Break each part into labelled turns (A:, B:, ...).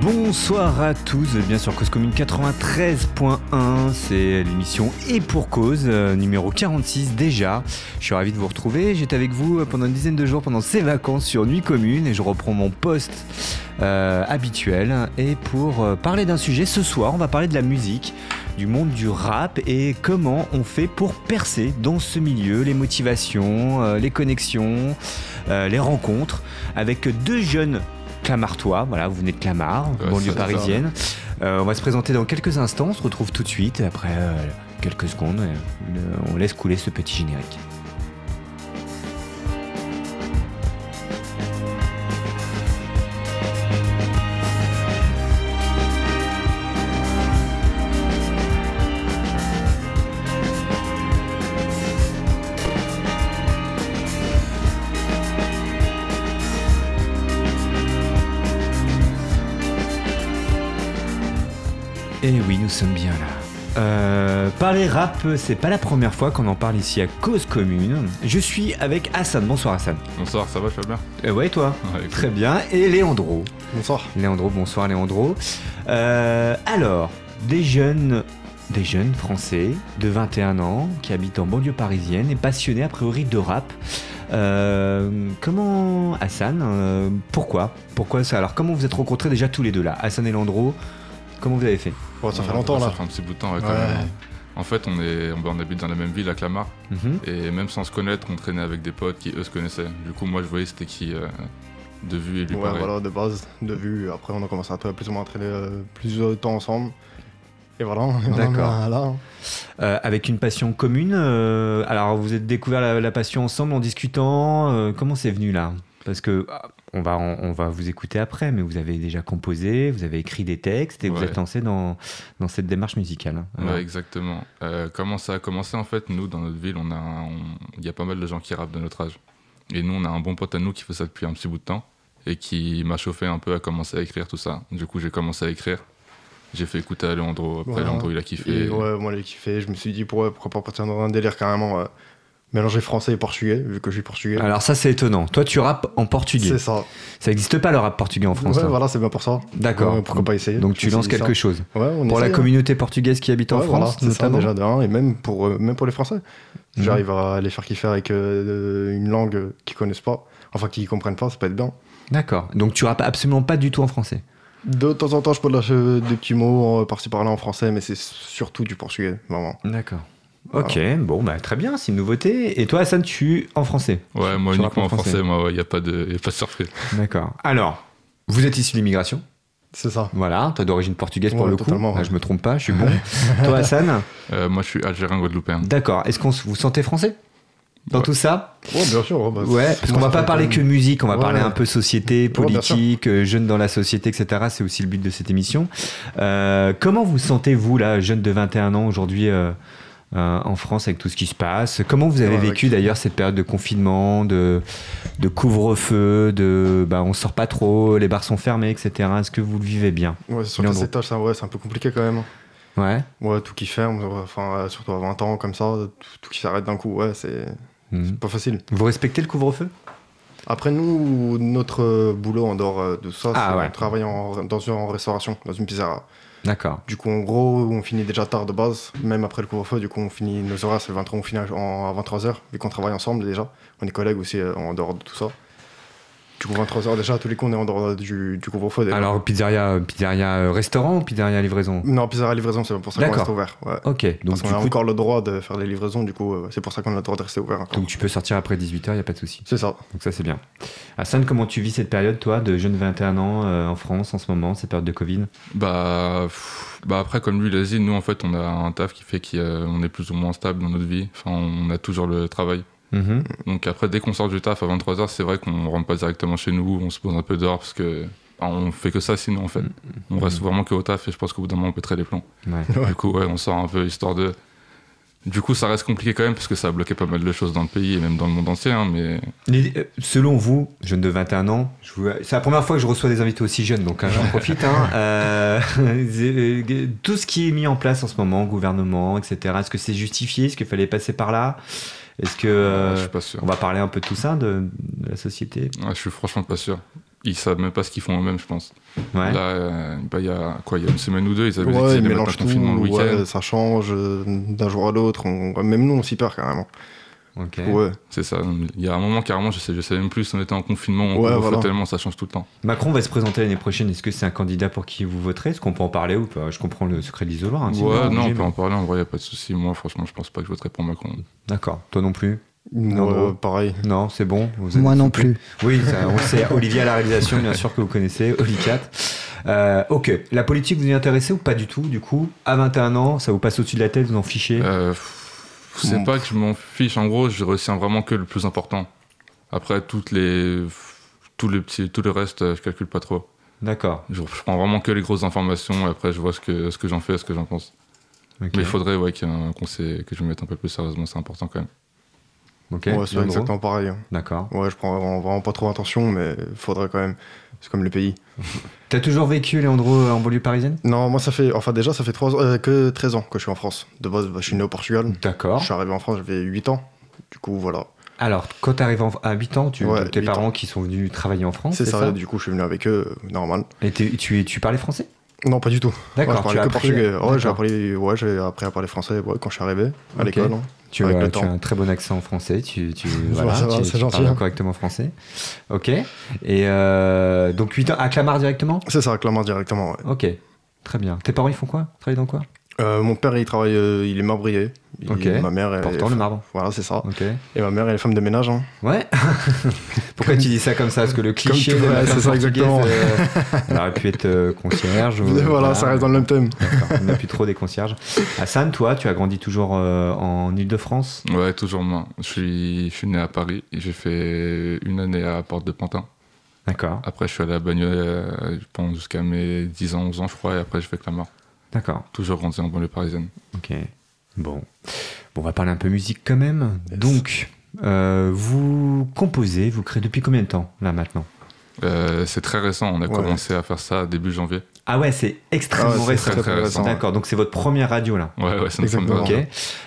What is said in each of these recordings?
A: Bonsoir à tous, bien sûr Cause Commune 93.1, c'est l'émission Et pour Cause, numéro 46 déjà. Je suis ravi de vous retrouver, j'étais avec vous pendant une dizaine de jours pendant ces vacances sur Nuit Commune et je reprends mon poste habituel. Et pour parler d'un sujet, ce soir on va parler de la musique, du monde du rap et comment on fait pour percer dans ce milieu, les motivations, les connexions, les rencontres avec deux jeunes Clamartois, voilà, vous venez de Clamart, banlieue parisienne. On va se présenter dans quelques instants, on se retrouve tout de suite, après quelques secondes, on laisse couler ce petit générique. Et oui, nous sommes bien là. Parler rap, c'est pas la première fois qu'on en parle ici à Cause Commune. Je suis avec Hassan. Bonsoir Hassan.
B: Bonsoir, ça va, tu vas bien?
A: Ouais, et toi?
B: Ouais,
A: très bien. Et Léandro.
C: Bonsoir.
A: Bonsoir Léandro. Alors, des jeunes français de 21 ans qui habitent en banlieue parisienne et passionnés a priori de rap. Comment Hassan, pourquoi ça? Alors comment vous êtes rencontrés déjà tous les deux là, Hassan et Léandro? Comment vous avez fait?
C: Ça fait longtemps là.
B: Ça fait un petit bout de temps, ouais, quand même. En fait, on habite dans la même ville à Clamart. Et même sans se connaître, on traînait avec des potes qui eux se connaissaient. Du coup, moi je voyais c'était qui de vue et lui pareil.
C: Voilà, de base, de vue. Après, on a commencé à plus ou moins traîner plusieurs temps ensemble. Et voilà.
A: D'accord. Avec une passion commune. Alors, vous êtes découvert la passion ensemble en discutant. Comment c'est venu là? Parce que on va vous écouter après, mais vous avez déjà composé, vous avez écrit des textes et vous êtes lancé dans cette démarche musicale.
B: Ouais, exactement. Comment ça a commencé en fait? Nous, dans notre ville, il y a pas mal de gens qui rappent de notre âge. Et nous, on a un bon pote à nous qui fait ça depuis un petit bout de temps et qui m'a chauffé un peu à commencer à écrire tout ça. Du coup, j'ai commencé à écrire. J'ai fait écouter à Léandro. Après, Léandro, il a kiffé.
C: Ouais, moi, j'ai kiffé. Je me suis dit, pourquoi pas partir dans un délire carrément mélanger français et portugais, vu que je suis portugais.
A: Alors ça, c'est étonnant. Toi, tu rappes en portugais.
C: C'est ça.
A: Ça n'existe pas le rap portugais en France.
C: Ouais, voilà, c'est bien pour ça.
A: D'accord.
C: Pourquoi pas essayer?
A: Donc tu lances quelque chose.
C: Ouais, on
A: pour
C: essaie,
A: la communauté portugaise qui habite en France,
C: voilà,
A: notamment.
C: C'est ça, déjà de 1, et même pour les Français. J'arrive à les faire kiffer avec une langue qu'ils connaissent pas, enfin qu'ils comprennent pas, ça peut être bien.
A: D'accord. Donc tu rappes absolument pas du tout en français?
C: De temps en temps, je peux lâcher des petits mots par-ci par-là en français, mais c'est surtout du portugais, vraiment.
A: D'accord. Ok, bon, bah très bien, c'est une nouveauté. Et toi, Hassan, tu en français?
B: Ouais, moi uniquement en français, moi, il n'y a pas de surprise.
A: D'accord. Alors, vous êtes issu de l'immigration?
C: C'est ça.
A: Voilà, t'es d'origine portugaise pour le coup.
C: Ouais.
A: Je me trompe pas, je suis bon. Toi, Hassan?
B: Moi, je suis algérien guadeloupéen.
A: D'accord. Est-ce qu'on vous sentez français dans tout ça?
C: Ouais, bien sûr.
A: Ouais, parce qu'on va pas parler que musique, on va parler un peu société, politique, jeunes dans la société, etc. C'est aussi le but de cette émission. Comment vous sentez-vous, là, jeune de 21 ans aujourd'hui en France avec tout ce qui se passe? Comment vous avez vécu d'ailleurs cette période de confinement, de couvre-feu, on sort pas trop, les bars sont fermés, etc. Est-ce que vous le vivez bien?
C: Ouais, sur les étages, c'est un peu compliqué quand même. Ouais, tout qui ferme, enfin, surtout à 20 ans comme ça, tout qui s'arrête d'un coup, c'est pas facile.
A: Vous respectez le couvre-feu?
C: Après, nous, notre boulot en dehors de ça,
A: c'est
C: on travaille en restauration, dans une pizzeria.
A: D'accord.
C: Du coup, en gros, on finit déjà tard de base, même après le couvre-feu. Du coup, on finit nos horaires, c'est le 23, on finit à 23h, vu qu'on travaille ensemble déjà. On est collègues aussi en dehors de tout ça. Du coup, 23h déjà, tous les coups, on est en dehors du couvre-feu déjà.
A: Alors, pizzeria restaurant ou pizzeria livraison?
C: Non, pizzeria livraison, c'est pour ça qu'on reste ouvert. Ouais.
A: Ok. Donc,
C: parce qu'on a encore le droit de faire des livraisons, du coup, c'est pour ça qu'on a le droit de rester ouvert encore.
A: Donc, tu peux sortir après 18h, il n'y a pas de souci.
C: C'est ça.
A: Donc, ça, c'est bien. Hassan, comment tu vis cette période, toi, de jeune 21 ans en France en ce moment, cette période de Covid?
B: Après, comme lui, il a dit, nous, en fait, on a un taf qui fait qu'on est plus ou moins stable dans notre vie. Enfin, on a toujours le travail. Donc après, dès qu'on sort du taf à 23h, c'est vrai qu'on rentre pas directement chez nous, on se pose un peu dehors parce que on fait que ça sinon en fait. On reste vraiment que au taf et je pense qu'au bout d'un moment on pèterait les plombs. Du coup on sort un peu histoire de... Du coup ça reste compliqué quand même parce que ça a bloqué pas mal de choses dans le pays et même dans le monde entier. Mais...
A: Selon vous, jeune de 21 ans, c'est la première fois que je reçois des invités aussi jeunes, donc j'en profite. Tout ce qui est mis en place en ce moment, gouvernement, etc., est-ce que c'est justifié? Est-ce qu'il fallait passer par là? Est-ce que
B: je suis pas sûr.
A: On va parler un peu de tout ça, de la société?
B: Je suis franchement pas sûr. ils savent même pas ce qu'ils font eux-mêmes, je pense.
A: Ouais.
B: Là, il y a une semaine ou deux, ils avaient
C: Ouais,
B: décidé
C: ils
B: de mettre
C: mélangent
B: un confinement le
C: tout,
B: week-end.
C: ouais, ça change d'un jour à l'autre. Même nous, on s'y perd carrément.
A: Ok.
C: Ouais.
B: C'est ça. Il y a un moment, carrément, je savais même plus si on était en confinement ou en
C: Ouais,
B: couvre-feu,
C: voilà.
B: tellement ça change tout le temps.
A: Macron va se présenter l'année prochaine. Est-ce que c'est un candidat pour qui vous voterez? Est-ce qu'on peut en parler ou pas? Je comprends le secret de l'isoloir. Hein,
B: Ouais, non, on
A: obligé,
B: peut en parler, en vrai, il n'y a pas de souci. Moi, franchement, je pense pas que je voterai pour Macron.
A: D'accord. Toi non plus?
C: Ouais, pareil.
A: Non, c'est bon. Vous
D: Moi
A: êtes
D: non
A: souple.
D: plus.
A: Oui, ça, on le sait. Olivier à la réalisation, bien sûr que vous connaissez. Olicat. Ok. La politique vous y intéressez ou pas du tout? Du coup, à 21 ans, ça vous passe au-dessus de la tête, vous en fichez?
B: C'est pas que je m'en fiche, en gros, je retiens vraiment que le plus important. Après, tout le reste, je calcule pas trop.
A: D'accord.
B: Je prends vraiment que les grosses informations et après, je vois ce que j'en fais, ce que j'en pense.
A: Ok.
B: Mais il faudrait qu'il y ait un conseil, que je me mette un peu plus sérieusement, c'est important quand même.
A: Ok.
C: Ouais, c'est
A: Leandro.
C: exactement pareil. Hein.
A: D'accord.
C: Ouais, je prends vraiment pas trop attention, mais il faudrait quand même. C'est comme le pays.
A: T'as toujours vécu, Leandro, en banlieue parisienne?
C: Non, moi, ça fait 13 ans que je suis en France. De base, je suis né au Portugal.
A: D'accord.
C: Je suis arrivé en France, j'avais 8 ans. Du coup, voilà.
A: Alors, quand tu arrives à 8 ans,
C: Ouais,
A: tes
C: 8
A: parents
C: ans.
A: qui sont venus travailler en France,
C: C'est ça, du coup, je suis venu avec eux, normal.
A: Et tu parlais français?
C: Non, pas du tout.
A: D'accord,
C: Ouais, je parlais
A: tu as
C: que
A: appris-
C: portugais.
A: D'accord.
C: J'ai appris à parler français quand je suis arrivé à
A: Ok.
C: l'école. Hein.
A: Tu
C: Avec
A: as,
C: le
A: tu
C: temps.
A: as un très bon accent français, voilà,
C: Ça va,
A: tu
C: c'est gentil,
A: parles
C: hein.
A: correctement français. Ok. Et donc 8 ans, à Clamart directement?
C: C'est ça, Clamart directement, ouais.
A: Ok, très bien. Tes parents, ils font quoi? Travaillent dans quoi?
C: Mon père, il travaille, il est marbrier.
A: Ok.
C: Ma mère, elle
A: Important, le marbre.
C: Voilà, c'est ça.
A: Ok.
C: Et ma mère, elle est femme de ménage. Hein.
A: Ouais. Pourquoi tu dis ça comme ça? Parce que le cliché
C: tout,
A: de la
C: ouais,
A: femme
C: c'est ça,
A: portugaise,
C: exactement.
A: elle aurait pu être concierge.
C: Voilà, ça reste dans le même thème.
A: D'accord, on n'a plus trop des concierges. Hassan, toi, tu as grandi toujours en Ile-de-France?
B: Ouais, toujours moi. Je suis né à Paris et j'ai fait une année à Porte de Pantin.
A: D'accord,
B: Après, je suis allé à Bagnolet, je pense, jusqu'à mes 10 ans, 11 ans, je crois, et après, je fais Clamart.
A: d'accord.
B: Toujours grandi en banlieue parisienne.
A: Ok. Bon, on va parler un peu musique quand même.
C: Yes.
A: Donc, vous composez, vous créez depuis combien de temps, là, maintenant?
B: C'est très récent, on a
C: Ouais.
B: commencé à faire ça début janvier.
A: Ah ouais, c'est extrêmement
C: Ah ouais, c'est
A: récent.
B: très récent.
A: D'accord, donc c'est votre première radio, là.
B: Ouais, c'est notre
C: Exactement.
B: première.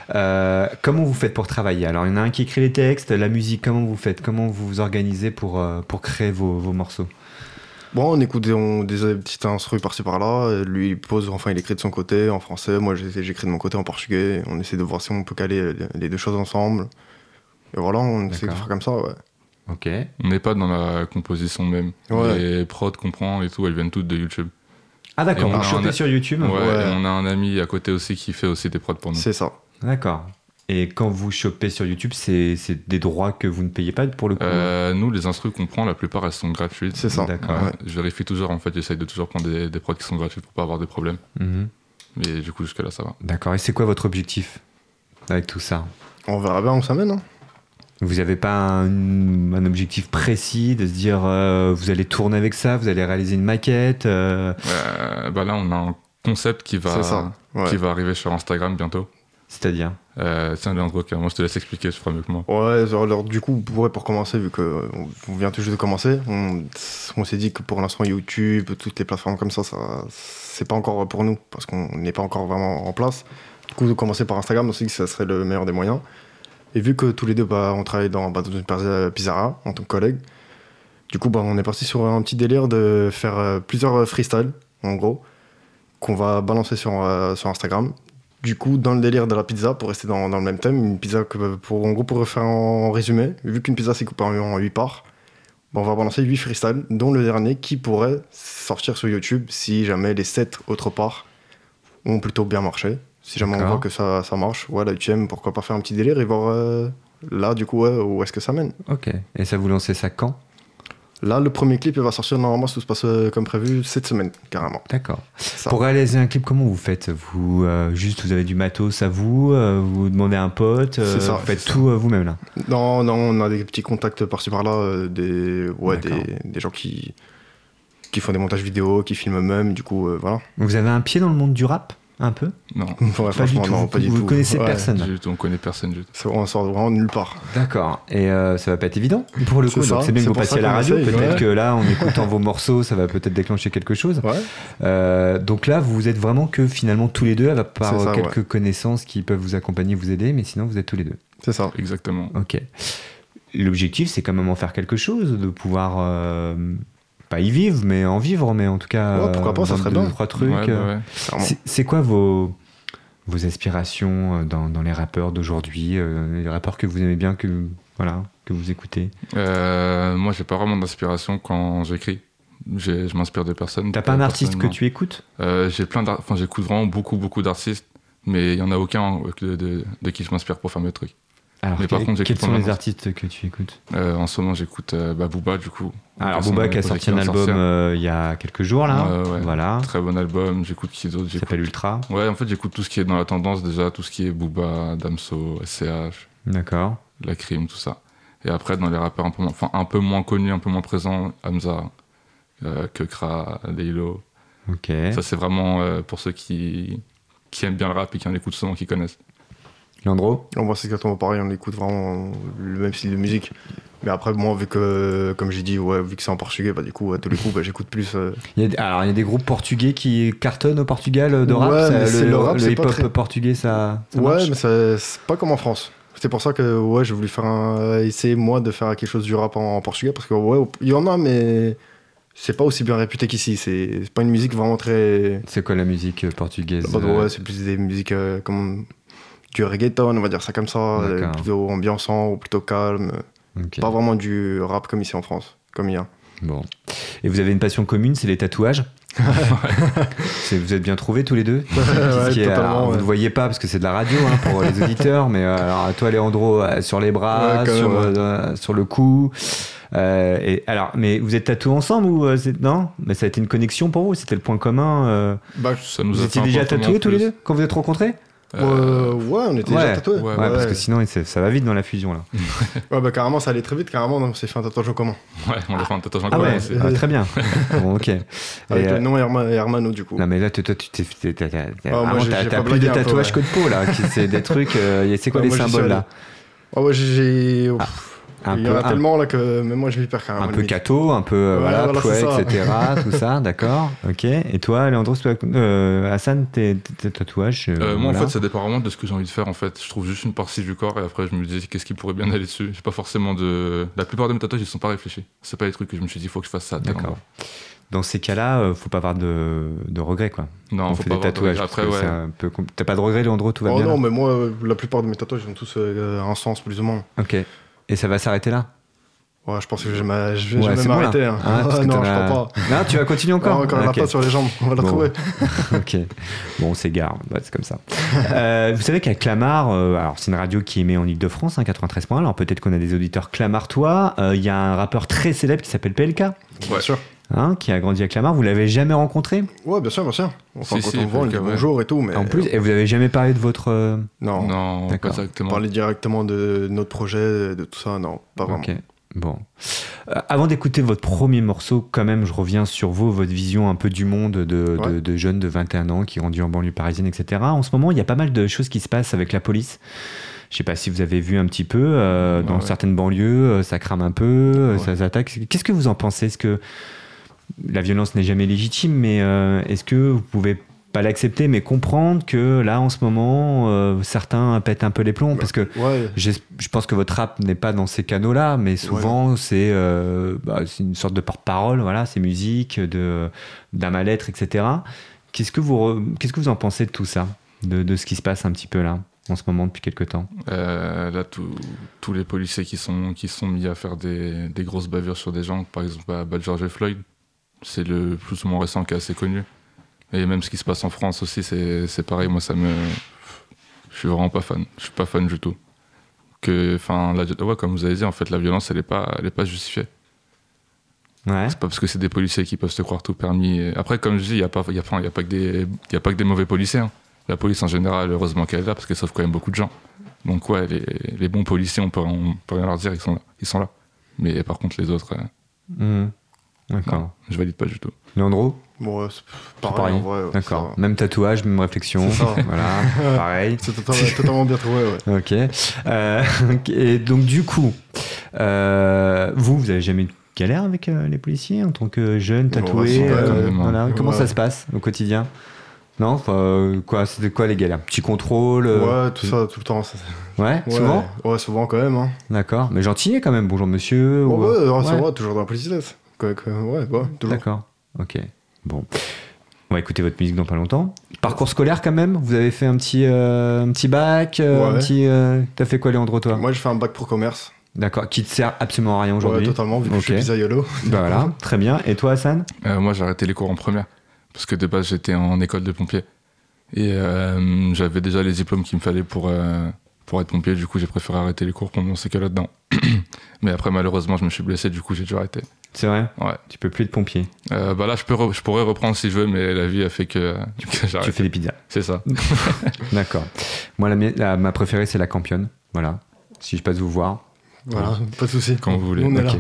A: Ok. Comment vous faites pour travailler? Alors, il y en a un qui écrit les textes, la musique, comment vous faites? Comment vous vous organisez pour créer vos morceaux?
C: Bon, on écoute des petites instrus par-ci par-là. Lui, il écrit de son côté en français. Moi, j'écris de mon côté en portugais. On essaie de voir si on peut caler les deux choses ensemble. Et voilà, on essaie de
A: D'accord.
C: faire comme ça, ouais.
A: Ok.
B: On n'est pas dans la composition même.
C: Ouais.
B: Les prods qu'on prend et tout, elles viennent toutes de YouTube.
A: Ah d'accord,
B: Et on
A: vous
B: a
A: chantez
B: un-
A: sur YouTube?
B: Ouais,
C: Ouais.
B: et on a un ami à côté aussi qui fait aussi des prods pour nous.
C: C'est ça.
A: D'accord. Et quand vous chopez sur YouTube, c'est des droits que vous ne payez pas pour le coup?
B: Nous, les instrus qu'on prend, la plupart, elles sont gratuites.
C: C'est ça.
A: D'accord.
B: Ouais, je vérifie toujours, en fait, j'essaye de toujours prendre des prods qui sont gratuites pour pas avoir de problèmes.
A: Mhm.
B: Mais du coup, jusque-là, ça va.
A: D'accord. Et c'est quoi votre objectif avec tout ça?
C: On verra bien où ça mène. Hein.
A: Vous n'avez pas un objectif précis de se dire vous allez tourner avec ça, vous allez réaliser une maquette
B: Là, on a un concept qui
C: C'est ça. Ouais.
B: va arriver sur Instagram bientôt.
A: C'est-à-dire?
B: Tiens, Leandro, moi, je te laisse expliquer, tu feras mieux que moi.
C: Ouais, alors, du coup, pour commencer, vu qu'on vient tout juste de commencer, on s'est dit que pour l'instant, YouTube, toutes les plateformes comme ça, c'est pas encore pour nous, parce qu'on n'est pas encore vraiment en place. Du coup, de commencer par Instagram, on s'est dit que ça serait le meilleur des moyens. Et vu que tous les deux, on travaille dans une pizzeria en tant que collègue, du coup, on est parti sur un petit délire de faire plusieurs freestyles, en gros, qu'on va balancer sur Instagram. Du coup, dans le délire de la pizza, pour rester dans le même thème, une pizza en gros, pour faire en résumé, vu qu'une pizza c'est coupé en 8 parts, on va balancer 8 freestyles, dont le dernier qui pourrait sortir sur YouTube si jamais les 7 autres parts ont plutôt bien marché. Si jamais on
A: D'accord.
C: voit que ça marche, la 8ème, pourquoi pas faire un petit délire et voir là, du coup, où est-ce que ça mène.
A: Ok. Et ça, vous lancez ça quand?
C: Là, le premier clip il va sortir normalement, si tout se passe comme prévu, cette semaine, carrément.
A: D'accord.
C: Ça.
A: Pour réaliser un clip, comment vous faites? Vous avez du matos à vous, vous demandez à un pote,
C: C'est ça,
A: vous faites
C: c'est
A: tout vous-même là?
C: Non, on a des petits contacts par-ci par-là, des gens qui font des montages vidéo, qui filment eux-mêmes, du coup, voilà.
A: Vous avez un pied dans le monde du rap? Un peu?
B: Non,
C: Ouais,
A: Pas du
C: franchement,
A: tout.
C: non, pas du
A: Vous
C: tout.
A: connaissez
C: Ouais,
A: personne?
B: on connaît personne du tout.
C: On sort vraiment de nulle part.
A: D'accord. Et ça va pas être évident pour le
C: C'est
A: coup.
C: ça.
A: Donc c'est bien que
C: C'est
A: vous
C: pour
A: passiez à
C: ça
A: la
C: qu'on
A: radio.
C: essaye,
A: Peut-être
C: ouais.
A: que là, en écoutant vos morceaux, ça va peut-être déclencher quelque chose.
C: Ouais.
A: Donc là, vous êtes vraiment que finalement tous les deux, à part
C: C'est ça,
A: quelques connaissances qui peuvent vous accompagner, vous aider, mais sinon vous êtes tous les deux.
C: C'est ça.
B: Exactement.
A: Ok. L'objectif, c'est quand même en faire quelque chose, de pouvoir pas y vivre, mais en vivre, mais en tout cas,
C: pourquoi pas, ça serait bien.
A: 3 trucs.
B: Ouais.
A: C'est quoi vos aspirations dans les rappeurs d'aujourd'hui, les rappeurs que vous aimez bien, que vous écoutez?
B: Moi, j'ai pas vraiment d'inspiration quand j'écris. Je m'inspire de personne.
A: T'as pas un artiste que tu écoutes?
B: J'écoute vraiment beaucoup d'artistes, mais il y en a aucun de qui je m'inspire pour faire mes trucs.
A: Alors,
B: mais par contre,
A: quels sont les artistes que tu écoutes?
B: En ce moment, j'écoute Booba, du coup.
A: Alors, Booba qui a sorti un album il y a quelques jours, là.
B: Ouais.
A: Voilà.
B: Très bon album. J'écoute qui d'autre?
A: Ça s'appelle Ultra.
B: Ouais, en fait, j'écoute tout ce qui est dans la tendance déjà, tout ce qui est Booba, Damso, SCH.
A: D'accord.
B: La Crime, tout ça. Et après, dans les rappeurs un peu moins connus, un peu moins présents, Hamza, Kekra, Laylo.
A: Ok.
B: Ça, c'est vraiment pour ceux qui aiment bien le rap et qui en écoutent souvent, qui connaissent.
A: Leandro?
C: Moi, c'est exactement pareil, on écoute vraiment le même style de musique. Mais après, moi, vu que, comme j'ai dit, vu que c'est en portugais, du coup, à tous les coups, j'écoute plus.
A: Il y a des groupes portugais qui cartonnent au Portugal de rap. Le hip-hop portugais, ça marche.
C: Mais c'est pas comme en France. C'est pour ça que j'ai voulu essayer, moi, de faire quelque chose du rap en portugais. Parce que, il y en a, mais c'est pas aussi bien réputé qu'ici. C'est pas une musique vraiment très.
A: C'est quoi la musique portugaise?
C: C'est plus des musiques comme du reggaeton, on va dire ça comme ça, plutôt ambiançant ou plutôt calme.
A: Okay.
C: Pas vraiment du rap comme ici en France, comme il y a.
A: Bon. Et vous avez une passion commune, c'est les tatouages. Vous êtes bien trouvés tous les deux.
C: Totalement,
A: vous ne le voyez pas parce que c'est de la radio pour les auditeurs, mais alors toi Leandro sur les bras, sur le cou. Mais vous êtes tatoués ensemble ou non? Mais ça a été une connexion pour vous, c'était le point commun. Vous étiez déjà tatoués tous les deux quand vous êtes rencontrés?
C: On était déjà tatoués.
A: Parce que sinon ça va vite dans la fusion là.
C: Carrément, ça allait très vite. Carrément, on s'est fait un tatouage en commun.
B: Ouais, on a fait un tatouage en commun.
A: Très bien. Bon, ok.
C: Avec le nom Hermano du coup.
A: Non mais là, toi, tu t'es t'as plus de
C: blagué
A: tatouages que de peau là. C'est des trucs. C'est quoi les symboles là?
C: Il y en a tellement là que même moi je m'y perds carrément.
A: Un peu cato, un peu pouet, etc. Tout ça, d'accord. Ok. Et toi, Leandro, Hassan, tes tatouages
B: moi, en fait, ça dépend vraiment de ce que j'ai envie de faire. En fait, je trouve juste une partie du corps et après, je me dis qu'est-ce qui pourrait bien aller dessus. J'ai pas forcément La plupart de mes tatouages, ils sont pas réfléchis. C'est pas les trucs que je me suis dit, il faut que je fasse ça.
A: D'accord. Dans ces cas-là, faut pas avoir de regrets, quoi.
B: Non, faut pas avoir de regrets. Après,
A: T'as pas de regrets, Leandro, tout va bien?
C: Non, mais moi, la plupart de mes tatouages ont tous un sens, plus ou moins.
A: Ok. Et ça va s'arrêter là?
C: Ouais, je pense que je vais jamais m'arrêter.
A: Non, je crois pas. Non, tu vas continuer encore?
C: Encore la patte sur les jambes, on va la trouver.
A: Ok. Bon, on s'égare, c'est comme ça. Vous savez qu'à Clamart, alors c'est une radio qui émet en Ile-de-France, 93.1, alors peut-être qu'on a des auditeurs clamartois. Il y a un rappeur très célèbre qui s'appelle PLK.
C: Ouais, sûr.
A: Qui a grandi à Clamart. Vous l'avez jamais rencontré?
C: Ouais, bien sûr. Enfin, quand on voit, on dit bonjour et tout. Mais
A: en plus, et vous avez jamais parlé de votre...
B: Non, pas directement.
C: Parler directement de notre projet, de tout ça, non, pas vraiment.
A: Ok. Bon. Avant d'écouter votre premier morceau, quand même, je reviens sur votre vision un peu du monde de jeunes de 21 ans qui grandissent en banlieue parisienne, etc. En ce moment, il y a pas mal de choses qui se passent avec la police. Je sais pas si vous avez vu un petit peu, dans certaines banlieues, ça crame un peu, ça s'attaque. Qu'est-ce que vous en pensez? Est-ce que la violence n'est jamais légitime, mais est-ce que vous pouvez pas l'accepter, mais comprendre que là, en ce moment, certains pètent un peu les plombs, parce que je pense que votre rap n'est pas dans ces canaux-là, mais souvent, c'est une sorte de porte-parole, voilà, c'est musique, d'un mal-être, etc. Qu'est-ce que vous en pensez de tout ça, de ce qui se passe un petit peu là, en ce moment, depuis quelques temps?
B: Là, tous les policiers qui sont mis à faire des grosses bavures sur des gens, par exemple, George Floyd, c'est le plus ou moins récent qui est assez connu. Et même ce qui se passe en France aussi, c'est pareil. Moi, je suis vraiment pas fan. Je suis pas fan du tout. Comme vous avez dit, en fait, la violence, elle est pas justifiée.
A: Ouais.
B: C'est pas parce que c'est des policiers qui peuvent se croire tout permis. Après, comme je dis, il y a pas que des mauvais policiers. Hein. La police en général, heureusement qu'elle est là, parce qu'elle sauve quand même beaucoup de gens. Donc les bons policiers, on peut rien leur dire, ils sont là. Mais par contre, les autres,
A: d'accord.
B: Non, je valide pas du tout.
A: Leandro?
C: Bon, c'est pareil. En vrai,
A: d'accord. Même tatouage, même réflexion. Voilà, pareil.
C: C'est totalement bien trouvé, ouais.
A: Ok. Et donc, du coup, vous avez jamais eu de galère avec les policiers en tant que jeune tatoué? Comment ça se passe au quotidien? Non, c'était quoi les galères? Petit contrôle?
C: Ouais, tout ça, tout le temps.
A: Souvent?
C: Ouais, souvent quand même. Hein.
A: D'accord. Mais gentil quand même, bonjour monsieur.
C: Ça va, toujours dans la politesse. Ouais, toujours.
A: D'accord, ok. Bon. On va écouter votre musique dans pas longtemps. Parcours scolaire quand même. Vous avez fait un petit bac. T'as fait quoi, Léandro, toi?
C: Moi, j'ai fait un bac pro commerce.
A: D'accord. Qui te sert absolument à rien aujourd'hui.
C: Ouais, totalement, vu que je suis pizzaïolo.
A: Bah voilà, très bien. Et toi, Hassan?
B: Moi, j'ai arrêté les cours en première. Parce que de base, j'étais en école de pompier. Et j'avais déjà les diplômes qu'il me fallait pour être pompier. Du coup, j'ai préféré arrêter les cours pour me lancer que là-dedans. Mais après, malheureusement, je me suis blessé. Du coup, j'ai dû arrêter.
A: C'est vrai?
B: Ouais.
A: Tu peux plus être pompier?
B: Là, je pourrais reprendre si je veux, mais la vie a fait que j'arrête.
A: Tu fais des pizzas.
B: C'est ça.
A: D'accord. Moi, ma préférée, c'est la Campionne. Voilà. Si je passe vous voir.
C: Voilà, pas de souci.
B: Quand vous voulez.
C: On est là.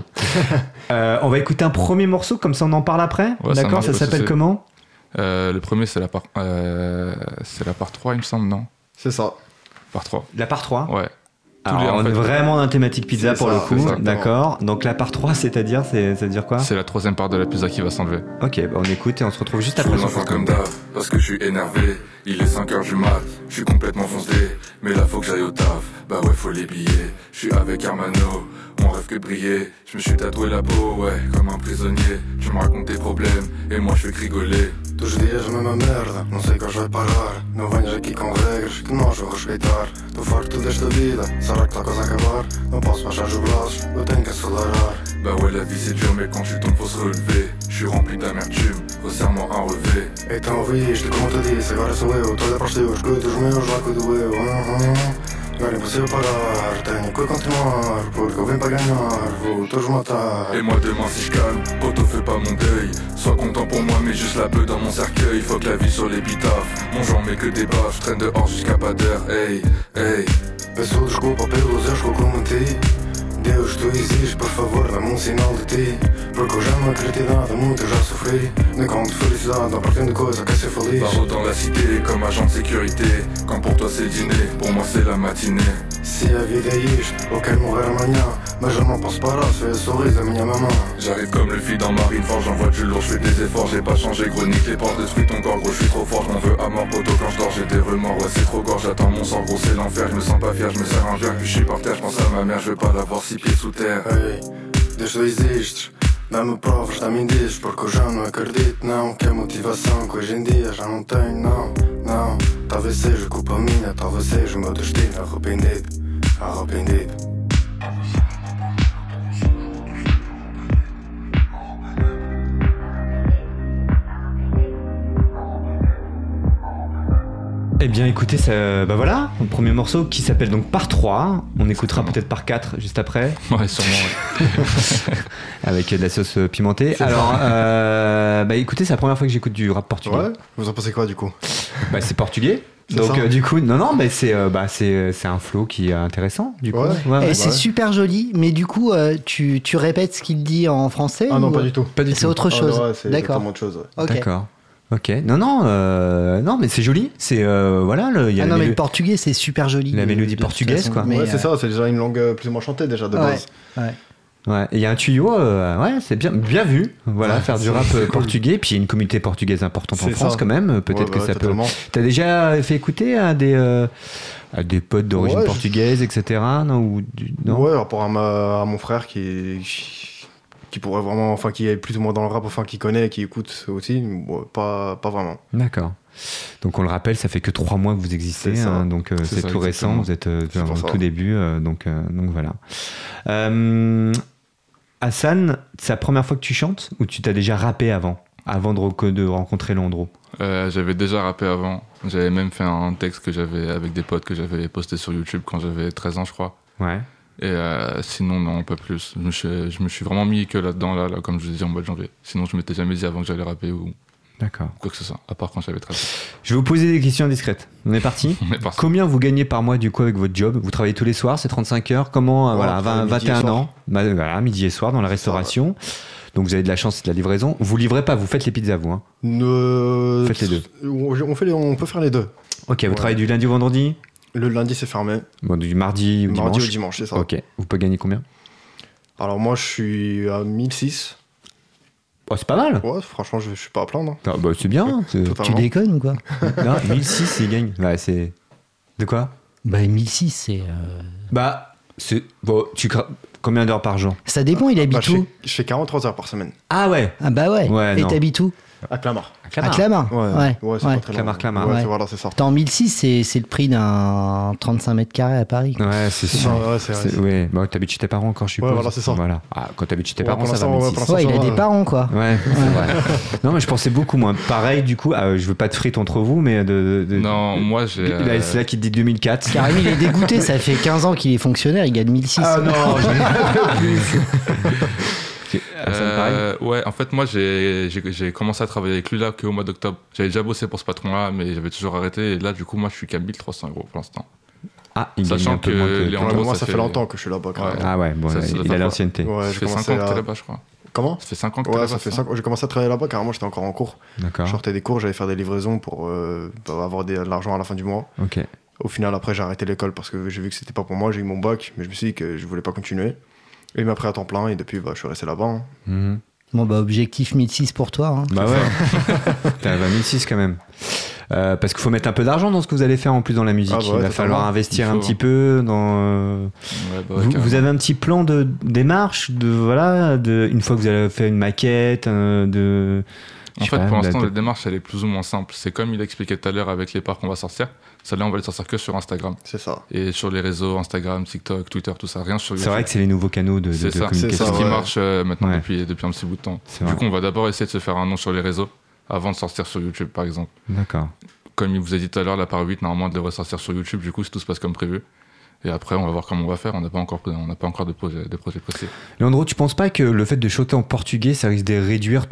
A: On va écouter un premier morceau, comme ça on en parle après.
B: Ouais,
A: d'accord, ça s'appelle comment?
B: Le premier, c'est la part 3, il me semble, non?
C: C'est ça.
B: Part 3.
A: La part 3?
B: Ouais.
A: Alors, on est vraiment dans la thématique pizza pour le coup,
B: exactement.
A: d'accord. Donc la part 3, c'est-à-dire, ça veut dire quoi?
B: C'est la 3e part de la pizza qui va s'enlever.
A: Ok, bah on écoute et on se retrouve juste après.
D: Je me comme d'hab, parce que je suis énervé. Il est 5h du mat, je suis complètement foncé. Mais là faut que j'aille au taf, bah ouais faut les billets. Je suis avec Armano, mon rêve que de briller. Je me suis tatoué la peau, ouais, comme un prisonnier. Tu me racontes tes problèmes, et moi je fais que rigoler.
E: Todos os dias a mesma merda, não sei que hoje vai parar. Não venhas aqui com regras que nós vou respeitar. Tô farto desta vida, será que tá quase a acabar? Não posso baixar os braços, eu tenho que acelerar.
D: Bah ouais la vie c'est dur mais quand tu tombes faut se relever. Je suis rempli d'amertume, resserre-moi un relevé.
E: Então ouviste como te disse, agora sou eu. Tô a olhar para os teus, cuido dos meus, lá cuido eu. Agora é impossível parar, tenho que continuar. Porque eu vim para ganhar, vou todos matar.
D: Et moi demain si je calme, poto fais pas mon deuil. Sois content pour moi mais juste la peu dans mon cercueil. Faut que la vie sur l'épitaphe, mon genre met que des baffes. Je traîne dehors jusqu'à pas d'heure, hey, hey.
E: Peço desculpa pelos erros que eu cometi. Deus, tu existes, por favor, dá-me sinal de ti. Porque eu já não acredito em nada, muito eu já sofri. Nem conto felicidade, à partir de coisa, quer ser feliz.
D: Barreau dans la cité, comme agent de sécurité. Quand pour toi c'est le dîner, pour moi c'est la matinée.
E: Se a vida é isto, eu quero morrer amanhã. Mas eu não posso parar, c'est le sorriso da minha mamã.
D: J'arrive comme le feed dans Marineford, j'envoie du lourd, je fais des efforts, j'ai pas changé, chronique, les portes détruites, ton corps gros, je suis trop fort, je m'en veux à mort, poto quand je dors, j'ai des remords, ouais c'est trop gore, j'attends mon sort, gros c'est l'enfer, je me sens pas fier, je me sers un verre, puis je suis par terre, je pense à ma mère, je veux pas la voir 6 pieds sous terre.
E: Ei, Deus, tu existes. Dá-me provas, dá-me indícios, porque eu já não acredito, não. Que a motivação que hoje em dia já não tenho, não, não. Talvez seja culpa minha, talvez seja o meu destino. Arrependido, arrependido.
A: Eh bien écoutez, bah voilà, le premier morceau qui s'appelle donc Part 3. On écoutera peut-être Part 4 juste après.
B: Ouais, sûrement, ouais.
A: Avec de la sauce pimentée. Alors, bah écoutez, c'est la première fois que j'écoute du rap portugais.
C: Ouais, vous en pensez quoi du coup?
A: Bah c'est portugais.
C: C'est
A: Donc
C: ça.
A: du coup, non, mais c'est un flow qui est intéressant du coup.
C: Ouais.
F: Et c'est super joli, mais du coup, tu répètes ce qu'il dit en français
C: Ah non,
F: ou-
C: pas du tout.
F: C'est autre chose.
C: Ouais, c'est
F: D'accord.
C: totalement autre chose. Ouais.
F: Ok.
A: D'accord. Ok. Non, mais c'est joli. C'est voilà, il y a
F: Ah
A: la
F: non, mais le
A: mélo-
F: portugais, c'est super joli.
A: La mélodie
F: de toute
A: portugaise,
F: façon.
A: quoi.
F: Mais,
C: Ouais, c'est ça, c'est déjà une langue plus ou moins chantée déjà de
F: Ouais.
C: base.
F: Ouais.
A: Ouais, et il y a un tuyau, ouais, c'est bien vu. Voilà, faire du rap portugais. Puis il y a une communauté portugaise importante en
C: C'est
A: France
C: ça.
A: quand même. Peut-être
C: Ouais,
A: que ça
C: totalement.
A: peut. T'as déjà fait écouter à des potes d'origine
C: Ouais,
A: portugaise, etc. Non, non.
C: Ouais, rapport à mon frère qui pourrait vraiment, enfin qui est plus ou moins dans le rap, enfin qui connaît, qui écoute aussi, ouais, pas vraiment.
A: D'accord. Donc on le rappelle, ça fait que 3 mois que vous existez,
C: C'est ça.
A: hein, donc
B: C'est
A: c'est
B: ça,
A: tout récent.
B: exactement.
A: Vous êtes
C: C'est
A: dans
C: pour
A: le
C: ça.
A: tout début, donc voilà. Hassan, c'est la première fois que tu chantes ou tu t'as déjà rappé avant de rencontrer Léandro?
B: J'avais déjà rappé avant. J'avais même fait un texte que j'avais avec des potes que j'avais posté sur YouTube quand j'avais 13 ans, je crois.
A: Ouais.
B: Et sinon, non, pas plus. Je me suis vraiment mis que là-dedans, là, comme je vous disais, en mois de janvier. Sinon, je m'étais jamais dit avant que j'allais rapper ou
A: D'accord.
B: quoi que ce soit, à part quand j'avais 13 ans.
A: Je vais vous poser des questions indiscrètes. On est parti?
B: On est parti.
A: Combien vous gagnez par mois du coup avec votre job? Vous travaillez tous les soirs, c'est 35 heures? Comment,
C: Ouais,
A: voilà,
C: on travaille midi et
A: 21
C: soir.
A: ans, voilà, midi et soir dans la restauration. Donc vous avez de la chance, c'est de la livraison. Vous livrez pas, vous faites les pizzas vous, hein? Faites les deux.
C: On peut faire les deux.
A: Ok, vous
C: Ouais.
A: travaillez du lundi au vendredi?
C: Le lundi c'est fermé,
A: Bon, du mardi ou
C: mardi
A: dimanche?
C: ou dimanche, c'est ça.
A: Ok, vous pouvez gagner combien?
C: Alors moi je suis à 1006.
A: Oh, c'est pas mal.
C: Ouais, franchement je suis pas à plaindre.
A: Ah, bah, c'est bien.
F: Tu
C: Totalement.
F: déconnes ou quoi?
A: Non, 1006, il gagne. Ouais, c'est. De quoi?
F: Bah, 1006, c'est.
A: Bah, c'est. Bon, Combien d'heures par jour?
F: Ça dépend, il habite où?
C: Je fais 43 heures par semaine.
A: Ah ouais.
F: Ah bah ouais.
A: Ouais,
F: Et
A: non.
F: t'habites où?
C: À Clamart.
F: À Clamart.
C: Ouais, c'est pas très loin.
A: Clamart.
C: Ouais,
F: Ouais.
C: voilà, c'est ça.
F: Attends, 1006, c'est le prix d'un 35 mètres carrés à Paris.
A: Ouais, c'est sûr.
C: Ouais, c'est vrai.
A: Ouais, bah, t'habites chez tes parents encore, je suppose.
C: Ouais, voilà, c'est ça.
A: Voilà. Ah, quand t'habites chez tes
C: Ouais,
A: parents,
C: pour
A: ça va,
C: l'instant,
A: 1006.
C: ouais,
F: Ouais, il a
C: ça
F: des
C: va.
F: parents, quoi.
A: Ouais, c'est vrai. Non, mais je pensais beaucoup moins. Pareil, du coup, je veux pas de frites entre vous, mais
B: Non, moi j'ai.
A: Là, c'est là qui te dit 2004.
F: Karim, il est dégoûté, ça fait 15 ans qu'il est fonctionnaire, il gagne 1006.
A: Ah non, j'ai plus. Pareil.
B: Ouais, en fait, moi j'ai commencé à travailler avec lui là qu'au mois d'octobre. J'avais déjà bossé pour ce patron-là, mais j'avais toujours arrêté. Et là, du coup, moi je suis qu'à 1300 € pour l'instant.
A: Ah, il
B: Sachant
A: gagne un peu
B: que
A: moins que
B: les
A: toi.
C: Pour le
B: Leandro,
C: moment,
B: ça
C: ça fait
B: fait
C: longtemps que je suis là-bas. quand même.
A: Ah ouais, bon,
B: Ça,
A: il a l'ancienneté.
C: Ouais,
B: Ça
C: j'ai
B: fait 5
C: commencé
B: ans que t'es
C: à...
B: là-bas, je crois.
C: Comment?
B: Ça fait 5 ans que t'es
C: Ouais,
B: là-bas.
C: ça fait 5 ans. J'ai commencé à travailler là-bas, carrément, j'étais encore en cours.
A: D'accord.
C: Je sortais des cours, j'allais faire des livraisons pour avoir de l'argent à la fin du mois.
A: Ok.
C: Au final, après, j'ai arrêté l'école parce que j'ai vu que c'était pas pour moi. J'ai eu mon bac, mais je me suis dit que je voulais pas continuer. Et il m'a pris à temps plein et depuis, je suis resté là-bas.
A: Mhm.
F: Bon, bah, objectif 1006 pour toi. Hein.
A: Bah ouais. T'arrives à 1006 quand même. Parce qu'il faut mettre un peu d'argent dans ce que vous allez faire en plus dans la musique.
C: Ah bah ouais,
A: il va
C: totalement.
A: falloir investir
B: Il faut,
A: un petit peu dans.
B: Ouais, bah,
A: Vous avez un petit plan de démarche une fois que vous avez fait une maquette
B: En fait, pour l'instant, la démarche, elle est plus ou moins simple. C'est comme il a expliqué tout à l'heure avec les parts qu'on va sortir. Celle-là, on va les sortir que sur Instagram.
C: C'est ça.
B: Et sur les réseaux, Instagram, TikTok, Twitter, tout ça, rien sur YouTube.
A: C'est vrai que c'est les nouveaux canaux de
B: C'est ça,
A: communication.
B: c'est ce qui
C: ouais.
B: marche maintenant
A: Ouais.
B: depuis un petit bout de temps.
A: C'est
B: Du
A: vrai.
B: coup, on va d'abord essayer de se faire un nom sur les réseaux avant de sortir sur YouTube, par exemple.
A: D'accord.
B: Comme il vous a dit tout à l'heure, la part 8, normalement, elle devrait sortir sur YouTube, du coup, si tout se passe comme prévu. Et après, on va voir comment on va faire. On n'a pas encore de projet précis.
A: Leandro, tu penses pas que le fait de chanter en portugais, ça risque de réduire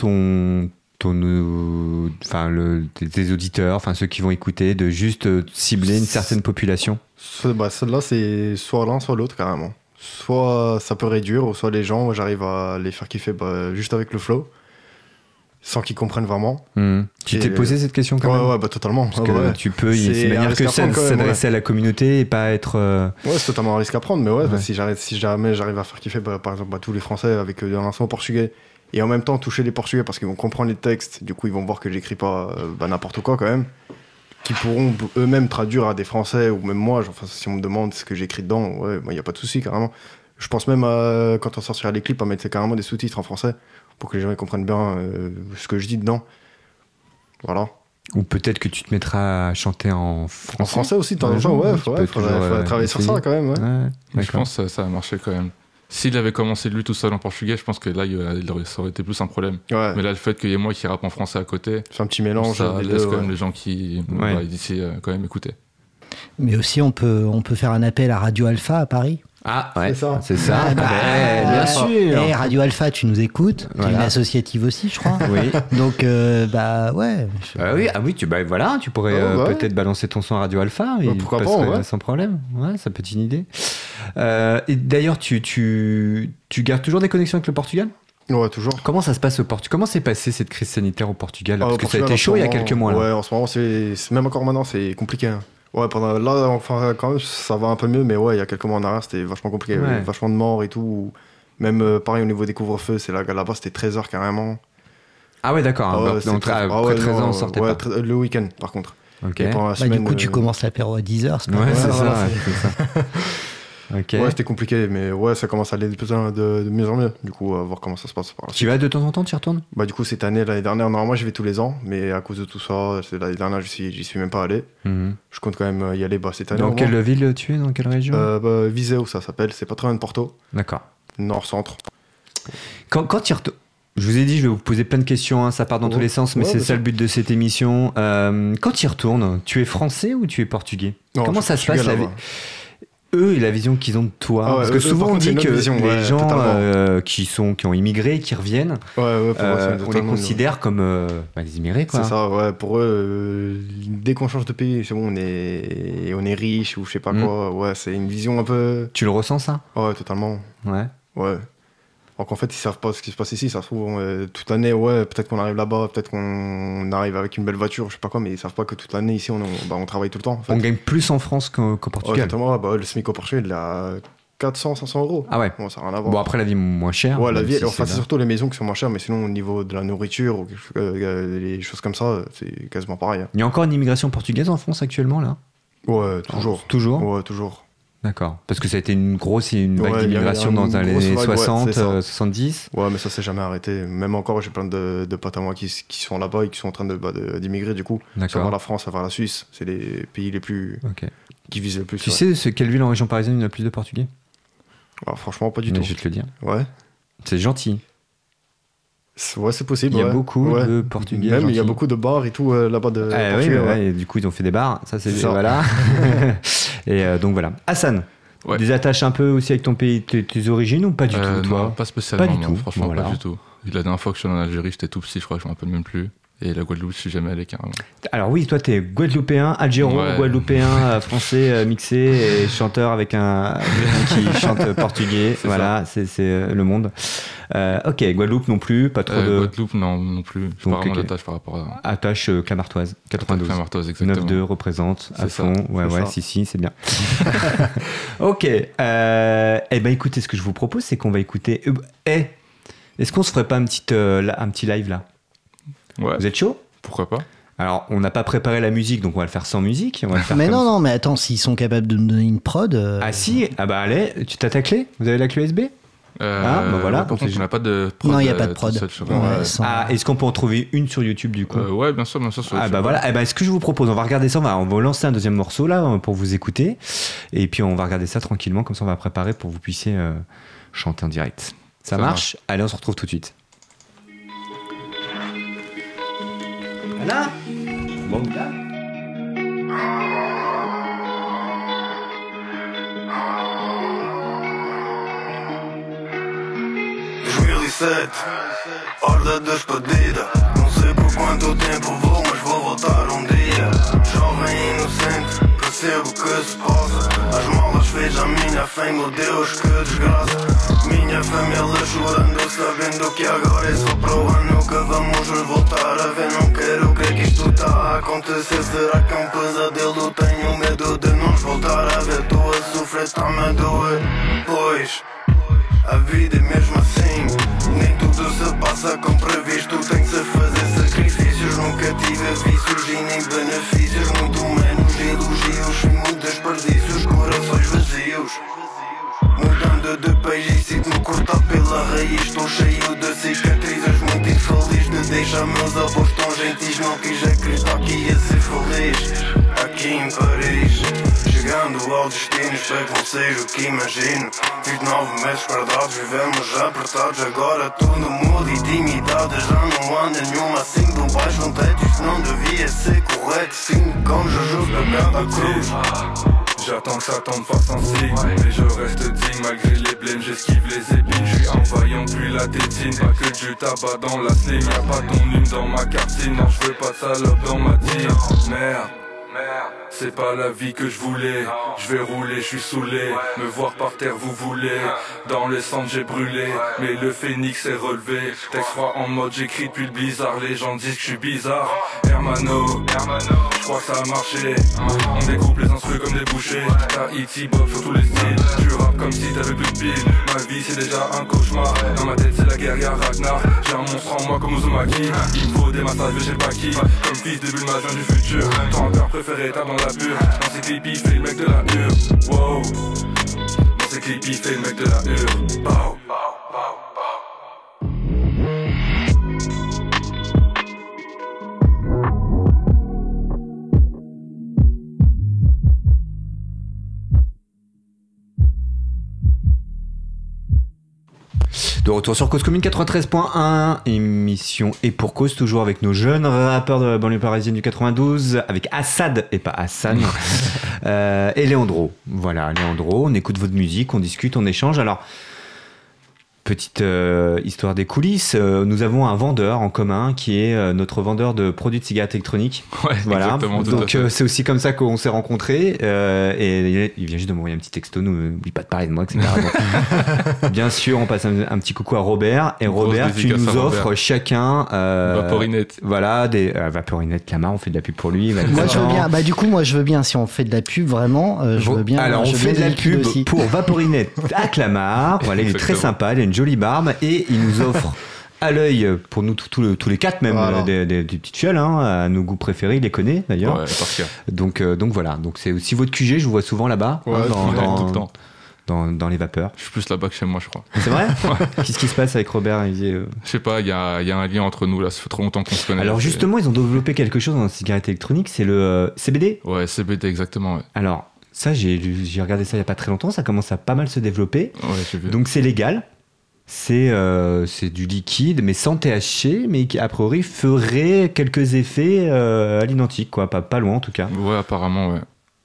A: tes auditeurs, enfin ceux qui vont écouter, de juste cibler une certaine population?
C: Celle-là, c'est soit l'un, soit l'autre, carrément. Soit ça peut réduire, ou soit les gens, j'arrive à les faire kiffer juste avec le flow, sans qu'ils comprennent vraiment.
A: Tu
C: Et-
A: t'es posé cette question quand même?
C: Ouais, totalement.
A: Parce que tu peux,
C: C'est
A: c'est une
C: un
A: manière
C: risque
A: que
C: à prendre, quand même,
A: s'adresser à la communauté et pas être.
C: Ouais, c'est totalement un risque à prendre, mais ouais,
A: Ouais.
C: si jamais j'arrive à faire kiffer, par exemple, tous les Français avec un accent portugais, et en même temps toucher les Portugais parce qu'ils vont comprendre les textes, du coup ils vont voir que j'écris pas n'importe quoi quand même, qui pourront eux-mêmes traduire à des Français, ou même moi, enfin, si on me demande ce que j'écris dedans, ouais, il n'y a pas de souci carrément. Je pense même, quand on sortira les clips, à mettre carrément des sous-titres en français, pour que les gens ils comprennent bien ce que je dis dedans. Voilà.
A: Ou peut-être que tu te mettras à chanter en français.
C: En français aussi, de temps en
A: Ouais,
C: temps, ouais,
A: tu peux
C: faudrait
A: toujours,
C: travailler sur
A: essayer.
C: ça quand même, ouais.
A: Ouais,
B: Je
A: d'accord.
B: pense que ça a marché quand même. S'il avait commencé lui tout seul en portugais, je pense que là, ça aurait été plus un problème.
C: Ouais.
B: Mais là, le fait qu'il y ait moi qui rappe en français à côté,
C: C'est un petit mélange
B: ça
C: des
B: laisse
C: deux,
B: quand même
C: ouais.
B: les gens qui
A: Ouais.
B: d'ici quand même écouter.
F: Mais aussi, on peut faire un appel à Radio Alpha à Paris.
A: Ah, ouais,
C: C'est ça.
A: c'est ça.
F: Ah, bah,
A: bien sûr.
F: Eh, Radio Alpha, tu nous écoutes.
A: Voilà.
F: T'es une associative aussi, je crois.
A: Oui.
F: Donc, bah ouais.
A: Oui, tu pourrais
C: Ouais.
A: peut-être balancer ton son à Radio Alpha.
C: Ouais,
A: Il
C: pourquoi pas,
A: passerait
C: ouais.
A: sans problème. Ouais, ça peut être une idée. Et d'ailleurs, tu gardes toujours des connexions avec le Portugal?
C: Ouais, toujours.
A: Comment ça se passe au Portugal? Comment s'est passée cette crise sanitaire au Portugal?
C: Ah,
A: Parce
C: au
A: que ça a
C: Portugal,
A: été
C: en
A: chaud
C: ce
A: il y a
C: moment,
A: quelques mois. Là.
C: Ouais, en ce moment, même encore maintenant, c'est compliqué. Hein. Ouais, là, enfin, quand même, ça va un peu mieux, mais ouais, il y a quelques mois en arrière, c'était vachement compliqué.
A: Ouais.
C: Vachement de morts et tout. Même pareil au niveau des couvre-feux, là-bas, c'était 13h carrément.
A: Ah ouais, d'accord.
C: Ah ouais,
A: Donc,
C: c'est
A: après
C: ouais,
A: 13 ans,
C: non,
A: on sortait
C: ouais,
A: pas.
C: le week-end, par contre.
A: Ok.
C: Et pendant la
F: Bah,
C: semaine,
F: du coup, tu commences l'apéro à 10h, c'est pas
A: Ouais,
F: mal.
A: c'est
C: voilà,
A: ça. C'est ça. Ok.
C: Ouais, c'était compliqué, mais ouais, ça commence à aller de mieux en mieux. Du coup, voir comment ça se passe par la
A: Tu
C: suite.
A: vas de temps en temps, tu y retournes?
C: Bah, du coup, cette année, l'année dernière, normalement, j'y vais tous les ans, mais à cause de tout ça, l'année dernière, j'y suis même pas allé.
A: Mhm.
C: Je compte quand même y aller cette année.
A: Dans
C: au moins.
A: quelle ville tu es? Dans quelle région?
C: Viseu, ça s'appelle, c'est pas très loin de Porto,
A: D'accord.
C: nord-centre.
A: Quand tu retournes. Je vous ai dit, je vais vous poser plein de questions, hein, ça part dans
C: Ouais.
A: tous les sens, mais
C: Ouais,
A: c'est
C: bien
A: ça
C: sûr.
A: le but de cette émission. Quand tu y retournes, tu es français ou tu es portugais?
C: Non,
A: Comment
C: je
A: ça
C: suis
A: se passe
C: portugais, là-bas.
A: Eux et la vision qu'ils ont de toi?
C: Ah ouais,
A: Parce que
C: eux,
A: souvent
C: par
A: on
C: contre, c'est
A: dit
C: une
A: que
C: autre vision,
A: les
C: ouais,
A: gens
C: totalement.
A: qui ont immigré, qui reviennent,
C: Ouais, pour eux, c'est
A: on les
C: totalement-
A: considère comme des immigrés, quoi.
C: C'est ça, ouais, pour eux, dès qu'on change de pays, c'est bon, on est riche ou je sais pas
A: Mm.
C: quoi. Ouais, c'est une vision un peu.
A: Tu le ressens, ça?
C: Ouais, totalement.
A: Ouais.
C: Ouais. Alors qu'en fait, ils savent pas ce qui se passe ici, ça se trouve, toute l'année, ouais, peut-être qu'on arrive là-bas, peut-être qu'on arrive avec une belle voiture, je sais pas quoi, mais ils savent pas que toute l'année ici, on travaille tout le temps. En fait.
A: On gagne plus en France qu'au
C: Ouais,
A: Portugal.
C: totalement, bah, le SMIC au Portugal, il a 400-500 euros.
A: Ah ouais.
C: Bon, ça n'a rien à voir.
A: Bon, après, la vie est moins chère.
C: Ouais, la
A: même
C: vie,
A: si
C: enfin,
A: c'est
C: c'est surtout les maisons qui sont moins chères, mais sinon, au niveau de la nourriture ou les choses comme ça, c'est quasiment pareil. Hein.
A: Il y a encore une immigration portugaise en France actuellement, là?
C: Ouais, toujours.
A: Toujours?
C: Ouais, toujours.
A: D'accord. Parce que ça a été une vague
C: Ouais,
A: d'immigration
C: il y a
A: dans
C: une
A: les
C: grosse
A: années
C: vague,
A: 60,
C: ouais, c'est ça.
A: 70.
C: Ouais, mais ça s'est jamais arrêté. Même encore, j'ai plein de potes à moi qui sont là-bas et qui sont en train d'immigrer du coup.
A: D'accord.
C: Vers la France, vers la Suisse. C'est les pays les plus
A: Ok.
C: qui visent le plus.
A: Tu sais, c'est quelle ville en région parisienne il y a le plus de Portugais?
C: Ah, franchement, pas du
A: Mais
C: tout.
A: je vais te le dire.
C: Ouais.
A: C'est gentil.
C: Ouais, c'est possible.
A: Il y a
C: ouais.
A: beaucoup
C: Ouais.
A: de Portugais.
C: Même il y a
A: gentils.
C: beaucoup de bars et tout là-bas de
A: Ah, oui,
C: Portugal.
A: ouais,
C: ouais.
A: et du coup ils ont fait des bars, ça c'est
C: C'est ça.
A: voilà. Et donc voilà. Hassan,
B: Ouais.
A: des attaches un peu aussi avec ton pays, tes origines ou pas du tout
B: Non,
A: toi?
B: pas spécialement.
A: Pas du
B: non,
A: tout.
B: Franchement,
A: Voilà.
B: pas du tout. La dernière fois que je suis allé en Algérie, j'étais tout petit, je crois, je me rappelle même plus. Et la Guadeloupe, je suis jamais allé carrément.
A: Alors oui, toi t'es guadeloupéen, algéro,
B: Ouais.
A: guadeloupéen, français mixé et chanteur avec un qui chante portugais.
B: C'est
A: Voilà, c'est le monde. Ok, Guadeloupe non plus, pas trop de
B: Guadeloupe, non plus. Je
A: Donc,
B: pas vraiment
A: ok.
B: d'attache par rapport à.
A: attache Clamartoise 92.
B: Martoise, exactement.
A: 9-2 représente à
B: C'est ça,
A: fond. Ouais,
C: c'est
A: ouais,
C: ça.
A: si, c'est bien. Ok. Eh ben, écoutez, ce que je vous propose, c'est qu'on va écouter. Est-ce qu'on se ferait pas un petit live là?
B: Ouais,
A: Vous êtes chaud?
B: pourquoi pas.
A: Alors, on n'a pas préparé la musique, donc on va le faire sans musique. On va le faire
F: Mais
A: comme
F: non, mais attends, s'ils sont capables de me donner une prod.
A: Ah si, ah bah allez, tu t'as ta clé? Vous avez la clé USB? Bah voilà,
B: Par contre,
A: c'est-
B: on n'a pas de prod.
F: Non, il n'y a pas de
B: tout
F: prod.
B: seul sur-
F: Ouais, sans-
A: Ah, est-ce qu'on peut en trouver une sur YouTube du coup?
B: Ouais, bien sûr, sur
A: Ah
B: YouTube.
A: bah voilà, eh ben, ce que je vous propose, on va regarder ça, on va lancer un deuxième morceau là pour vous écouter, et puis on va regarder ça tranquillement, comme ça on va préparer pour que vous puissiez chanter en direct. Ça marche? Allez, on se retrouve tout de suite. Voilà. Bon, là.
E: Hora da despedida. Não sei por quanto tempo vou, mas vou voltar um dia. Jovem e inocente, percebo que se possa. As malas fez a minha fé, meu Deus, que desgraça. Minha família chorando, sabendo que agora é só pro ano que vamos nos voltar a ver. Não quero crer que isto tá a acontecer. Será que é um pesadelo? Tenho medo de não nos voltar a ver. Tô a sofrer, tá-me a doer. Pois a vida é mesmo assim. Nem tudo se passa como previsto. Tem que se fazer sacrifícios. Nunca tive vícios e nem benefícios. Muito menos elogios e muitos desperdícios. Corações vazios. Mudando de país e sinto-me cortado pela raiz. Estou cheio de cicatrizes, muito infeliz de deixar meus avós tão gentis. Não quis acreditar que ia ser feliz aqui em Paris. Chegando ao destino, espero que não seja o que imagino. Fiz 9 meses guardados, vivemos apertados. Agora tudo muda e intimidade. Já não anda nenhuma assim de baixo um teto. Isto não devia ser correto. Sinto como Jesus pegado à cruz.
D: J'attends que ça tombe face en signe. Mais je reste digne malgré les blêmes. J'esquive les épines. J'suis envaillant puis la tétine. Pas que du tabac dans la slim. Y'a pas ton hume dans ma cartine. Non j'veux pas de salope dans ma team. Merde. C'est pas la vie que je voulais. Je vais rouler, je suis saoulé. Me voir par terre, vous voulez. Dans les cendres, j'ai brûlé. Mais le phénix est relevé. Texte froid en mode, j'écris depuis le blizzard. Les gens disent que je suis bizarre. Hermano, je crois que ça a marché. On découpe les instrus comme des bouchers. Tahiti, Bob sur tous les styles. Tu rappes comme si t'avais plus de piles. Ma vie, c'est déjà un cauchemar. Dans ma tête, c'est la guerre, y'a Ragnar. J'ai un monstre en moi comme Uzumaki. Il me faut des massages, mais j'ai pas qui. Comme fils de Bulma, je viens du futur. Ton rappeur préféré, tape dans la pure. Dans ses clips, il fait le mec de la hure. Wow. Dans ses clips, il fait le mec de la hure. Pow.
A: De retour sur Cause Commune 93.1, émission Et pour cause, toujours avec nos jeunes rappeurs de la banlieue parisienne du 92, avec Assad et pas Hassan, et Léandro. Voilà, Léandro, on écoute votre musique, on discute, on échange. Alors, petite histoire des coulisses, nous avons un vendeur en commun qui est notre vendeur de produits de cigarettes électroniques.
B: Ouais,
A: Voilà,
B: exactement.
A: donc c'est aussi comme ça qu'on s'est rencontrés. Et il vient juste de m'envoyer un petit texto, n'oublie pas de parler de moi, etc. Donc, bien sûr, on passe un petit coucou à Robert. Et
B: Grosse
A: Robert, tu
B: dédicace
A: nous
B: à
A: offres
B: Robert.
A: chacun
B: Vaporinette.
A: voilà, des Vaporinette Clamart, on fait de la pub pour lui.
F: Moi je veux bien. Bah du coup moi je veux bien si on fait de la pub vraiment. Je veux bien.
A: Alors, on
F: je veux
A: fait
F: bien
A: de la
F: des liquides
A: pub
F: aussi.
A: pour Vaporinette à Clamart. Voilà, il est très
B: Exactement.
A: sympa, il a une jolie barbe et il nous offre à l'œil pour nous tous les quatre, même
C: Voilà.
A: des petites fioles, hein, à nos goûts préférés, il les connaît d'ailleurs.
B: Ouais, par cœur.
A: Donc voilà, donc c'est aussi votre QG, je vous vois souvent là-bas,
C: Ouais,
B: tout le temps.
A: dans les vapeurs.
B: Je suis plus là-bas que chez moi, je crois.
A: C'est vrai. Qu'est-ce qui se passe avec Robert?
B: Je sais pas, il y a un lien entre nous là, ça fait trop longtemps qu'on se connaît.
A: Alors justement, ils ont développé quelque chose dans la cigarette électronique, c'est le CBD.
B: Ouais, CBD, exactement, ouais.
A: Alors ça, j'ai regardé ça il y a pas très longtemps, ça commence à pas mal se développer.
B: Ouais, j'ai vu.
A: Donc c'est légal. C'est du liquide, mais sans THC, mais qui a priori ferait quelques effets à l'identique, quoi. Pas loin en tout cas.
B: Ouais, apparemment, ouais.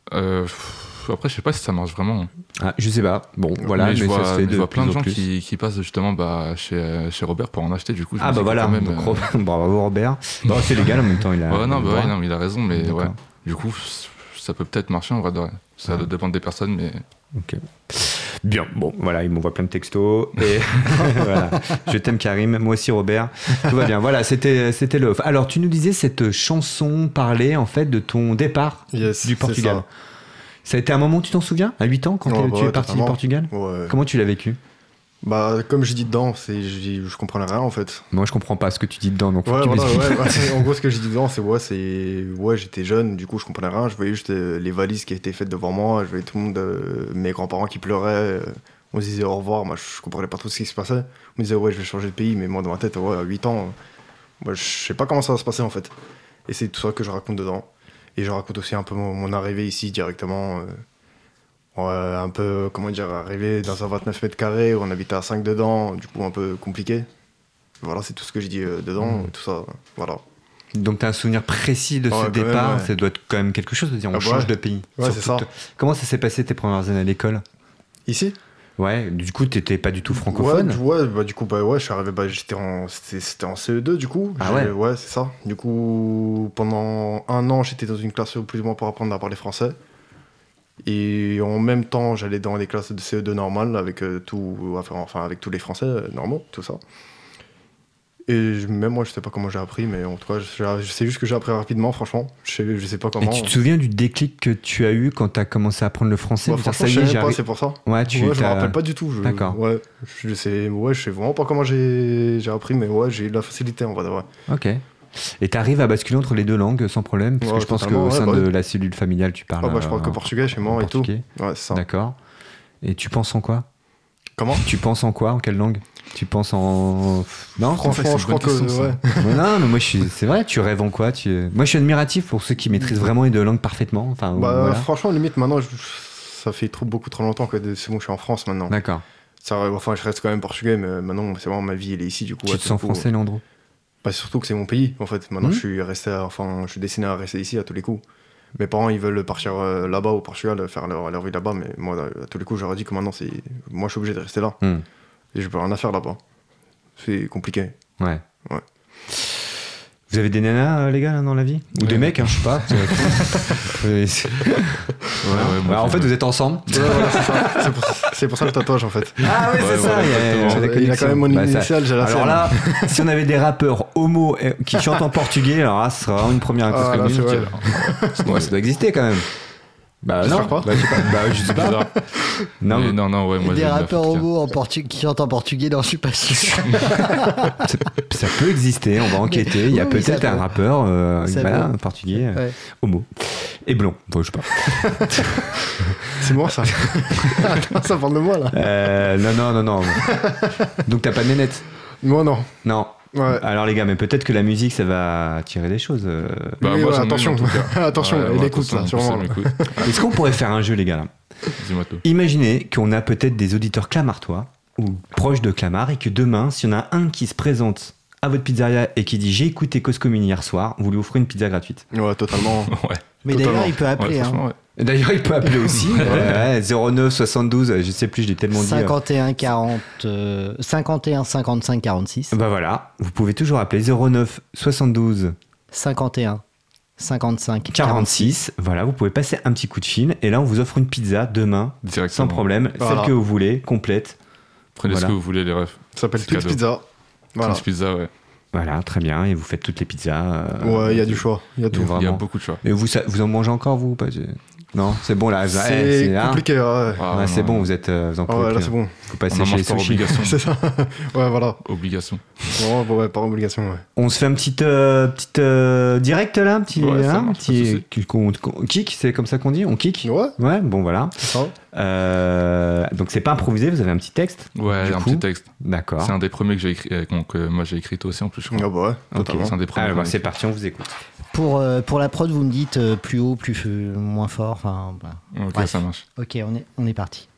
B: Après, je sais pas si ça marche vraiment.
A: Ah, je sais pas. Bon, voilà, mais
B: je
A: ça se fait
B: je
A: de
B: vois plein de
A: plus en
B: gens
A: plus.
B: qui passent justement chez Robert pour en acheter, du coup. Je
A: Ah
B: me
A: bah
B: dis que
A: voilà,
B: quand même,
A: donc, bravo Robert. Bon, c'est légal en même temps, il a.
B: Ouais, non,
A: le
B: bah
A: droit.
B: ouais, non, mais il a raison, mais
A: D'accord.
B: ouais. Du coup, ça peut peut-être marcher en vrai de vrai. Ça doit dépendre des personnes, mais.
A: Ok. Bien, bon, voilà, il m'envoie plein de textos. Et voilà. Je t'aime Karim, moi aussi Robert. Tout va bien. Voilà, c'était le off. Alors, tu nous disais cette chanson parlait en fait de ton départ
C: Yes,
A: du
C: c'est
A: Portugal. Ça a été un moment, tu t'en souviens? À 8 ans, quand
C: Ouais,
A: tu es
C: ouais,
A: parti du
C: totalement.
A: Portugal?
C: Ouais.
A: Comment tu l'as vécu?
C: Bah, comme je dis dedans, je comprenais rien en fait.
A: Moi, je comprends pas ce que tu dis dedans, donc faut
C: Ouais,
A: que tu
C: voilà,
A: m'expliques.
C: en gros, ce que j'ai dit dedans, ouais, j'étais jeune, du coup, je comprenais rien. Je voyais juste les valises qui étaient faites devant moi. Je voyais tout le monde, mes grands-parents qui pleuraient. On se disait au revoir. Moi, je comprenais pas trop ce qui se passait. On me disait, ouais, je vais changer de pays, mais moi, dans ma tête, ouais, à 8 ans, moi, je sais pas comment ça va se passer en fait. Et c'est tout ça que je raconte dedans. Et je raconte aussi un peu mon arrivée ici directement. Ouais, un peu, comment dire, arrivé dans un 29 mètres carrés où on habitait à 5 dedans, du coup, un peu compliqué. Voilà, c'est tout ce que j'ai dit dedans, tout ça, voilà.
A: Donc, tu as un souvenir précis de
C: Ouais,
A: ce
C: quand même,
A: départ.
C: ouais.
A: Ça doit être quand même quelque chose de dire on
C: Ah bah
A: change
C: ouais.
A: de pays.
C: Ouais, c'est
A: Surtout
C: ça.
A: Comment ça s'est passé tes premières années à l'école?
C: Ici?
A: Ouais, du coup, t'étais pas du tout francophone.
C: Bah du coup, je suis arrivé, c'était en CE2 du coup.
A: Ah ouais?
C: Ouais, c'est ça. Du coup, pendant un an, j'étais dans une classe plus ou moins pour apprendre à parler français. Et en même temps, j'allais dans les classes de CE2 normales avec avec tous les Français normaux, tout ça. Et même moi, je sais pas comment j'ai appris, mais en tout cas, je sais juste que j'ai appris rapidement, franchement. Je sais pas
A: Et
C: comment.
A: tu te souviens du déclic que tu as eu quand tu as commencé à apprendre le français?
C: Bah,
A: de dire,
C: franchement,
A: ça y
C: je
A: est,
C: sais même pas,
A: j'arrive-
C: c'est pour ça.
A: Ouais,
C: Je me
A: t'as-
C: rappelle pas du tout.
A: D'accord.
C: Ouais, je sais vraiment pas comment j'ai appris, mais ouais, j'ai eu de la facilité en vrai de vrai.
A: Ok. Et tu arrives à basculer entre les deux langues sans problème? Parce que
C: Ouais,
A: je pense
C: totalement,
A: qu'au
C: ouais,
A: sein
C: bah
A: de
C: oui.
A: la cellule familiale, tu parles.
C: Je parle que portugais chez moi
A: en
C: et tout.
A: portugais.
C: Ouais, c'est ça.
A: D'accord. Et tu penses en quoi?
C: Comment?
A: Tu penses en quoi? En quelle langue? Tu penses en. Non?
C: Franchement, je crois que. Ouais.
A: Non, mais moi, c'est vrai, tu rêves en quoi? Moi, je suis admiratif pour ceux qui maîtrisent vraiment les deux langues parfaitement. Enfin, voilà.
C: Franchement, limite, maintenant, ça fait beaucoup trop longtemps que c'est bon, je suis en France maintenant.
A: D'accord.
C: Enfin, je reste quand même portugais, mais maintenant, c'est vraiment ma vie, elle est ici, du coup.
A: Tu
C: ouais,
A: te sens
C: du coup,
A: français, Leandro?
C: Bah, surtout que c'est mon pays, en fait. Maintenant, je suis destiné à rester ici à tous les coups. Mes parents, ils veulent partir là-bas au Portugal, faire leur vie là-bas, mais moi, à tous les coups, j'aurais dit que maintenant, moi, je suis obligé de rester là. Et je peux rien à faire là-bas. C'est compliqué.
A: Ouais.
C: Ouais.
A: Vous avez des nanas, les gars, là, dans la vie? Ou des mecs, hein, je sais pas.
B: Moi,
A: En fait, vous êtes ensemble.
C: Ouais, voilà, c'est ça. C'est pour ça le tatouage, en fait.
A: Ah oui, c'est ça.
C: Il a quand même mon initiale, j'ai la
A: Alors
C: scène.
A: là, si on avait des rappeurs homo qui chantent en portugais, alors là, ce serait vraiment une première cause
C: Ah, là,
A: commune.
C: c'est vrai.
A: Ouais, ça doit exister quand même. Bah non.
C: J'espère pas.
A: Bah, je sais pas. Bah, je sais pas. Non,
B: Mais non, ouais, moi
F: Des
B: j'aime bien
F: rappeurs
B: Fortica.
F: homo qui chantent en portugais, non, je suis pas sûr.
A: ça peut exister, on va enquêter. Il y a
F: Oui,
A: peut-être
F: ça
A: un
F: peut.
A: rappeur
F: Ça
A: voilà,
F: peut.
A: un portugais
F: Ouais.
A: homo. Et blond. Bon, je sais pas.
C: C'est moi, ça. Ça parle de moi, là.
A: Non. Donc t'as pas de nénette?
C: Moi, non.
A: Non.
C: Ouais.
A: Alors les gars, mais peut-être que la musique, ça va tirer des choses.
B: Bah,
C: Oui,
B: moi,
C: ouais,
B: j'en ai une,
C: attention.
B: en tout cas.
C: Attention,
B: Ouais,
C: il
B: ouais,
C: écoute,
B: attention,
C: là, sûrement.
B: ça m'écoute.
A: Est-ce qu'on pourrait faire un jeu, les gars, là?
B: Dis-moi tout.
A: Imaginez qu'on a peut-être des auditeurs clamartois ou proches de Clamart et que demain, s'il y en a un qui se présente à votre pizzeria et qui dit j'ai écouté Cause Commune hier soir, vous lui offrez une pizza gratuite.
C: Ouais, totalement.
B: Ouais.
F: Mais
C: Totalement.
F: d'ailleurs, il peut appeler.
B: Ouais,
F: hein.
B: franchement, ouais.
A: D'ailleurs, il peut appeler aussi. 09 72, je sais plus, je l'ai tellement dit.
F: 51 40 51 55 46
A: Bah voilà, vous pouvez toujours appeler 09 72
F: 51 55
A: 46. Voilà, vous pouvez passer un petit coup de fil et là, on vous offre une pizza demain,
B: Directement.
A: sans problème,
C: Voilà.
A: celle que vous voulez, complète.
B: Prenez
A: Voilà.
B: ce que vous voulez, les refs.
C: Ça s'appelle
B: C'est
C: Twix
B: cadeau.
C: Pizza. Voilà.
B: Twix Pizza, ouais.
A: Voilà, très bien, et vous faites toutes les pizzas.
C: Ouais, il y a du choix. Il y a tout.
B: Il y a
A: Vraiment.
B: beaucoup de choix.
A: Et vous en mangez encore, vous ou pas? Non, c'est bon là.
C: C'est compliqué, ouais.
A: Ah, c'est bon, vous en pouvez
C: Ouais, là
A: plus.
C: c'est bon.
A: Faut passer chez les
B: par
A: sushis.
B: obligation.
C: C'est ça. Ouais, voilà.
B: Obligation.
C: Ouais, par obligation, ouais.
A: On se fait un petit direct là, un petit,
B: Ouais, ça
A: hein,
B: marche,
A: petit qu'on kick, c'est comme ça qu'on dit, on kick.
C: Ouais,
A: Ouais, bon voilà.
C: c'est ça.
A: Donc c'est pas improvisé, vous avez un petit texte.
B: Ouais,
A: Du
B: un
A: coup,
B: petit texte.
A: D'accord.
B: C'est un des premiers que j'ai écrit, que moi j'ai écrit toi aussi en plus, je crois.
C: Ah bah ouais,
A: Ok.
C: totalement.
B: C'est un des premiers.
A: Alors,
B: qu'on a
A: c'est
B: écrit.
A: parti, on vous écoute.
F: Pour la prod, vous me dites plus haut, moins fort. Enfin, voilà.
B: Ok,
F: Bref.
B: ça marche.
F: Ok, on est parti.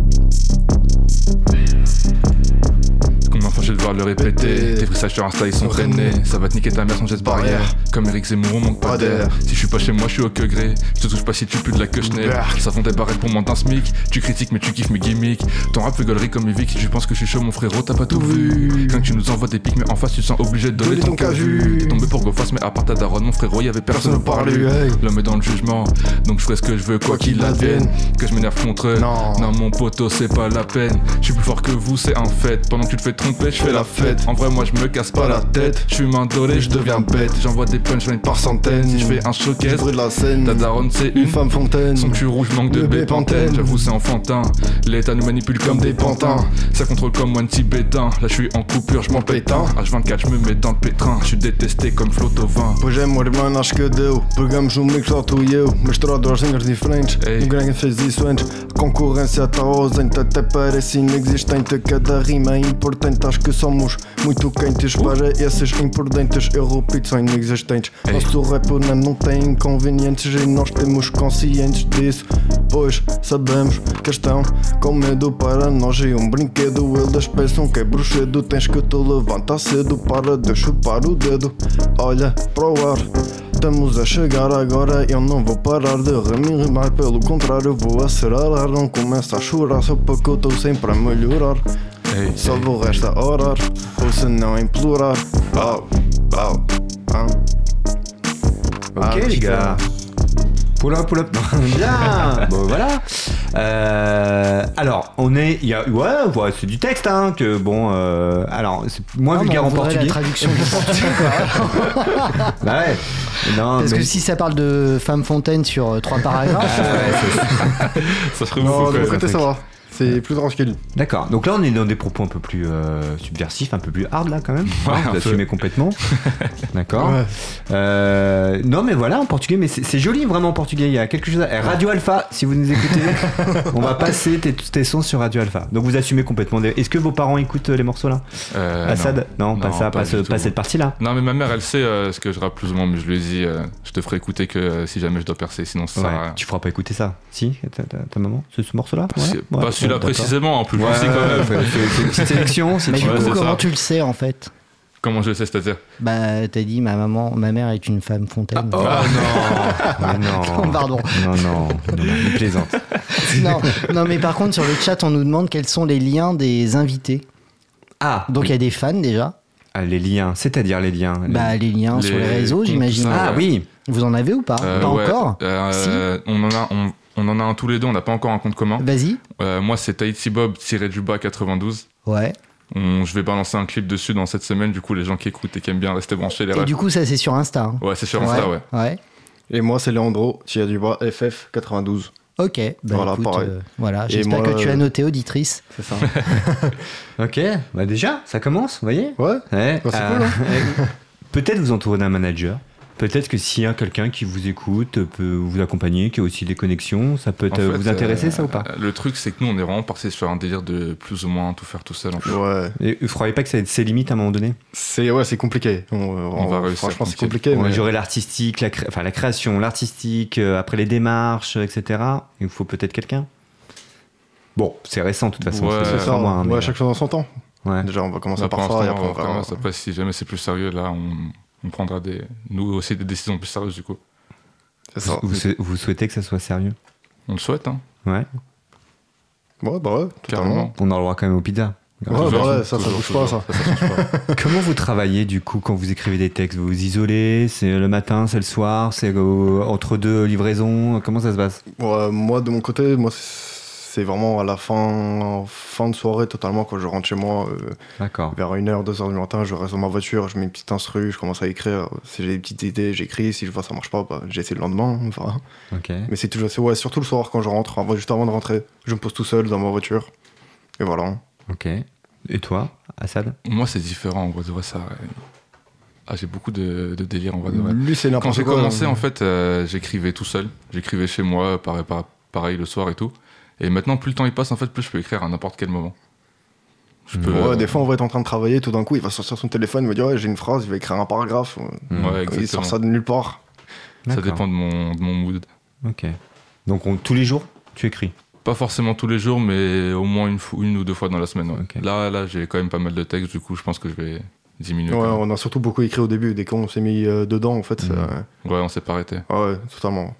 B: Combien de fois je vais devoir le répéter? Tes frisages sur Insta ils sont freinés. Ça va te niquer ta mère sans geste barrière. Comme Eric Zemmour, on manque pas d'air. Si je suis pas chez moi, je suis au que gré. Je te touche pas si tu pues de la queue chenille. Ça font des barrettes pour moins d'un smic. Tu critiques mais tu kiffes mes gimmicks. Ton rap fait gaulerie comme Evic. Tu penses que je suis chaud, mon frérot, t'as pas tout vu. Quand tu nous envoies des pics, mais en face tu te sens obligé de donner ton cas vu. T'es tombé pour go face, mais à part ta daronne, mon frérot, y'avait personne à parler. L'homme est dans le jugement, donc je ferai ce que je veux, quoi qu'il advienne. Que je m'énerve contre eux. Non, mon poteau, c'est pas la peine. Je suis plus fort que vous, c'est un fait. Pendant que tu te fais tromper, je fais la fête. En vrai, moi je me casse pas la tête. Je suis main dorée, je deviens bête. J'envoie des punchlines par centaines. Si je fais un showcase,
C: de la scène.
B: ta daronne c'est une
C: Femme fontaine.
B: Son cul rouge manque de bépantène. J'avoue c'est enfantin. L'État nous manipule comme des pantins. Ça contrôle comme moi un tibétain. Là je suis en coupure, je m'en pète un. H24 je me mets dans le pétrin. Je suis détesté comme Flotovin.
E: Pois é, meu irmão, acho que deu. Pegamos um mix só tu e eu, misturado aos zinhos diferentes.
B: Ei.
E: Ninguém fez isso antes. A concorrência tá ausente, até parece inexistente. Cada rima é importante, acho que somos muito quentes. Para esses imprudentes, eu repito, são inexistentes.
B: Ei.
E: Nosso rap não tem inconvenientes e nós temos conscientes disso. Pois sabemos que estão com medo para nós e brinquedo. Eles pensam que é bruxedo, tens que te levantar cedo. Para de chupar o dedo, olha para o ar. Estamos a chegar agora, eu não vou parar de rimar, pelo contrário vou acelerar. Não começa a chorar só porque eu estou sempre a melhorar. Só vou resta orar, ou se não implorar.
A: Ok les gars. Pull up. Bien. Bon voilà. Alors ouais, c'est du texte hein que bon. Alors c'est moins vulgaire en portugais.
F: La traduction du portugais quoi.
A: Bah ouais. Non,
F: Parce
A: mais...
F: que si ça parle de femme fontaine sur 3 paragraphes.
B: Ça serait
C: Non,
B: beaucoup
C: de
B: quand
C: mon
B: même.
C: côté ça va. C'est plus tranquille.
A: D'accord. Donc là on est dans des propos un peu plus subversifs, un peu plus hard là quand même.
B: Ouais,
A: Vous
B: un peu.
A: assumez complètement. D'accord.
C: Ouais.
A: Non mais voilà en portugais, mais c'est joli vraiment en portugais. Il y a quelque chose. Radio Alpha, si vous nous écoutez, on va passer tes sons sur Radio Alpha. Donc vous assumez complètement. Est-ce que vos parents écoutent les morceaux là? Assad? Non, pas ça, pas
B: du tout.
A: cette partie là.
B: Non mais ma mère elle sait ce que je rappe plus ou moins, mais je lui ai dit je te ferai écouter que si jamais je dois percer, sinon ça
A: Ouais.
B: sert à rien.
A: Tu feras pas écouter ça? Si, ta maman, ce morceau là?
B: Pas celui-là précisément, en plus je le sais quand même.
A: C'est une petite sélection.
F: Mais du
B: Ouais,
F: coup,
B: c'est
F: comment
B: ça.
F: tu le sais en fait?
B: Comment je le sais, c'est-à-dire?
F: Bah, t'as dit ma mère est une femme fontaine.
A: Oh non, mais non.
F: Pardon.
A: Non, il plaisante.
F: non, mais par contre, sur le chat, on nous demande quels sont les liens des invités.
A: Ah,
F: Donc, il y a des fans déjà.
A: Ah, les liens, c'est-à-dire les liens.
F: Bah, les liens sur les réseaux,
B: comptes,
F: j'imagine.
B: tout ça,
A: Ah
B: ouais.
A: oui.
F: Vous en avez ou pas? Pas
B: Ouais,
F: encore?
B: Si. On en a un tous les deux, on n'a pas encore un compte commun.
F: Vas-y.
B: Moi c'est Tahiti Bob-du-bas 92.
F: Ouais.
B: Je vais balancer un clip dessus dans cette semaine, du coup les gens qui écoutent et qui aiment bien rester branchés les
F: Et
B: refs.
F: du coup, ça, c'est sur Insta. Hein.
B: Ouais, c'est sur Insta, ouais.
F: Ouais.
C: Et moi c'est Leandro, Tiré-du-bas, FF 92.
F: Ok. Bah,
C: Voilà,
F: écoute,
C: pareil.
F: voilà.
C: Et
F: J'espère
C: moi,
F: que tu as noté, auditrice.
C: C'est ça.
A: Ok, bah déjà, ça commence, vous voyez.
C: Ouais.
A: Ouais,
C: Bah, c'est cool,
A: peut-être vous entourer d'un manager. Peut-être que s'il y a quelqu'un qui vous écoute, peut vous accompagner, qui a aussi des connexions, ça peut
B: En fait,
A: vous intéresser ça ou pas?
B: Le truc c'est que nous on est vraiment parti sur un délire de plus ou moins tout faire tout seul en fait.
C: Ouais.
A: Et vous croyez pas que ça a ses limites à un moment donné?
C: C'est compliqué.
B: On va réussir,
C: Franchement c'est
B: tranquille.
C: compliqué.
A: On va
C: Mais...
A: gérer l'artistique, la création, l'artistique, après les démarches, etc. Il vous faut peut-être quelqu'un. Bon, c'est récent de toute façon.
B: Ouais,
C: C'est ça.
A: 3 mois, hein, mais,
C: Chaque chose en son temps.
A: ouais.
C: Déjà on va commencer
B: Là,
C: par
B: pour
C: ça et
B: l'instant,
C: après on verra.
B: après si jamais c'est plus sérieux là on prendra nous aussi des décisions plus sérieuses du coup.
C: C'est ça.
A: Vous souhaitez que ça soit sérieux?
B: On le souhaite hein.
A: Ouais.
C: Ouais, bah ouais, totalement.
B: Carrément.
A: On a le droit quand même aux pizzas.
C: Ouais,
B: Toujours,
C: bah ouais, ça
B: toujours,
C: bouge pas, ça.
B: change pas.
A: Comment vous travaillez du coup quand vous écrivez des textes? Vous vous isolez? C'est le matin, c'est le soir? C'est entre deux livraisons? Comment ça se passe?
C: Ouais, moi de mon côté, c'est vraiment à la fin de soirée totalement quand je rentre chez moi.
A: D'accord.
C: Vers 1h, 2h du matin, je reste dans ma voiture, je mets une petite instru, je commence à écrire. Si j'ai des petites idées, j'écris. Si je vois que ça marche pas, j'essaie le lendemain. Enfin.
A: Ok.
C: Mais c'est toujours, surtout le soir quand je rentre, juste avant de rentrer, je me pose tout seul dans ma voiture. Et voilà.
A: Ok. Et toi, Assad?
B: Moi, c'est différent, en vrai de vrai, ça. J'ai beaucoup de délire, en vrai de vrai.
C: Lui, c'est n'importe
B: Quand j'ai
C: quoi,
B: commencé,
C: hein.
B: en fait, j'écrivais tout seul. J'écrivais chez moi, pareil le soir et tout. Et maintenant, plus le temps il passe, en fait, plus je peux écrire à n'importe quel moment. Je peux,
C: Ouais, des fois, on va être en train de travailler, tout d'un coup, il va sortir son téléphone, il va dire ouais, j'ai une phrase, il va écrire un paragraphe.
B: Ouais,
C: Il sort
B: exactement.
C: ça de nulle part.
B: Ça
A: D'accord.
B: dépend de mon mood.
A: Ok. Donc tous les jours, tu écris?
B: Pas forcément tous les jours, mais au moins une ou deux fois dans la semaine. Ouais.
A: Ok.
B: Là, j'ai quand même pas mal de textes, du coup, je pense que je vais diminuer.
C: Ouais,
B: quand même.
C: on a surtout beaucoup écrit au début, dès qu'on s'est mis dedans, en fait.
B: Ouais, on s'est pas arrêté.
C: Ouais, totalement.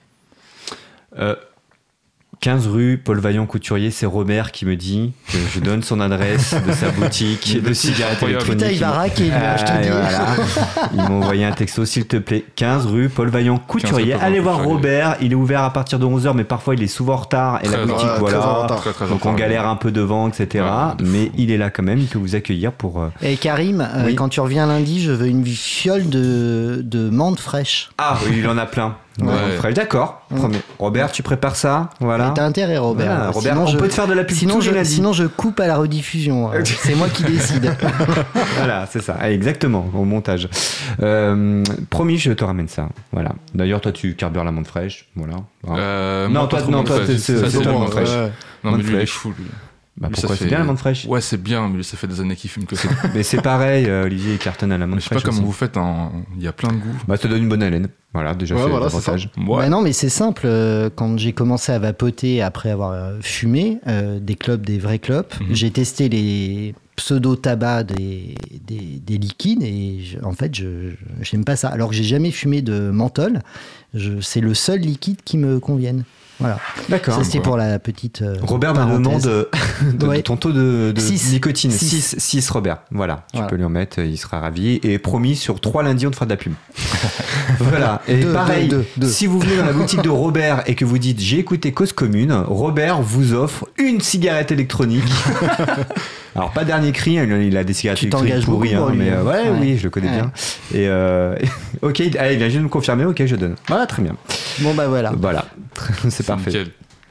A: 15 rue Paul Vaillant Couturier, c'est Robert qui me dit que je donne son adresse de sa boutique de cigarettes
B: Incroyable.
A: électroniques.
F: Putain, il va raquer, lui, hein, je te
A: Et
F: dis.
A: voilà. Ils m'ont envoyé un texto, s'il te plaît. 15 rue Paul Vaillant Couturier.
B: 15 rue Paul
A: Allez
B: Vaillant
A: voir
B: Couturier.
A: Robert, il est ouvert à partir de 11h, mais parfois il est souvent en retard. Et la
B: Très
A: boutique,
C: en-
A: voilà.
C: très en retard.
B: Très,
A: Donc on
B: retard.
A: galère un peu devant, etc.
B: Ouais, de
A: mais
B: fou.
A: il est là quand même, il peut vous accueillir pour...
F: Et Karim,
A: Oui.
F: quand tu reviens lundi, je veux une fiole de menthe fraîche.
A: Ah oui, il en a plein.
B: Ouais.
A: Frère, d'accord. Premier. Robert, tu prépares ça, voilà.
F: Et t'as intérêt, Robert.
A: Voilà, Robert,
F: Sinon,
A: on peut te faire de la pub
F: sinon,
A: tous les
F: je,
A: lundis.
F: sinon, je coupe à la rediffusion. C'est moi qui décide.
A: Voilà, c'est ça. Exactement, au montage. Promis, je te ramène ça. Voilà. D'ailleurs, toi, tu carbures la menthe fraîche. Voilà.
B: Non,
A: Non, toi, non, toi, c'est
B: ça,
A: toi,
B: la
A: menthe
B: menthe
A: fraîche.
B: fraîche. Non, mais
A: Menthe
B: lui, il est
A: fraîche.
B: fou, lui.
A: Bah,
B: Lui, ça
A: pourquoi c'est
B: fait-
A: bien la menthe fraîche?
B: Ouais, c'est bien, mais lui, ça fait des années qu'il fume que ça.
A: Mais c'est pareil, Olivier, il cartonne à la
B: Mais
A: menthe
B: je sais pas
A: fraîche.
B: comment
A: aussi.
B: vous faites, il y a plein de goûts.
A: Bah, ça te donne une bonne haleine. Voilà, déjà,
C: Ouais,
A: c'est
C: voilà, c'est
A: l'avantage.
B: Ouais.
F: Bah non, mais c'est simple. Quand j'ai commencé à vapoter après avoir fumé des clopes, des vrais clopes, j'ai testé les pseudo-tabac des liquides et en fait, je n'aime pas ça. Alors que j'ai jamais fumé de menthol, c'est le seul liquide qui me convienne. Voilà.
A: D'accord.
F: Ça, c'était pour la petite.
A: Robert me
F: parenthèse.
A: demande
F: Ouais.
A: ton taux de
F: Six.
A: nicotine.
F: Six.
A: 6 Robert. Voilà, tu
F: Voilà.
A: peux lui en mettre, il sera ravi. Et promis, sur 3 lundis, on te fera de la pub. Voilà. Et
F: Deux,
A: pareil,
F: deux.
A: si vous venez dans la boutique de Robert et que vous dites j'ai écouté Cause Commune, Robert vous offre une cigarette électronique. Alors, pas dernier cri, hein, il a des cigarettes
F: Tu
A: électroniques
F: t'engages
A: pourries,
F: beaucoup pour lui,
A: mais
F: hein.
A: ouais,
F: Ouais.
A: oui, je le connais
F: Ouais.
A: bien. Et ok, allez, il vient juste de me confirmer, ok, je donne. Voilà, très bien.
F: Bon, bah voilà.
A: Voilà, c'est parfait.
B: Nickel.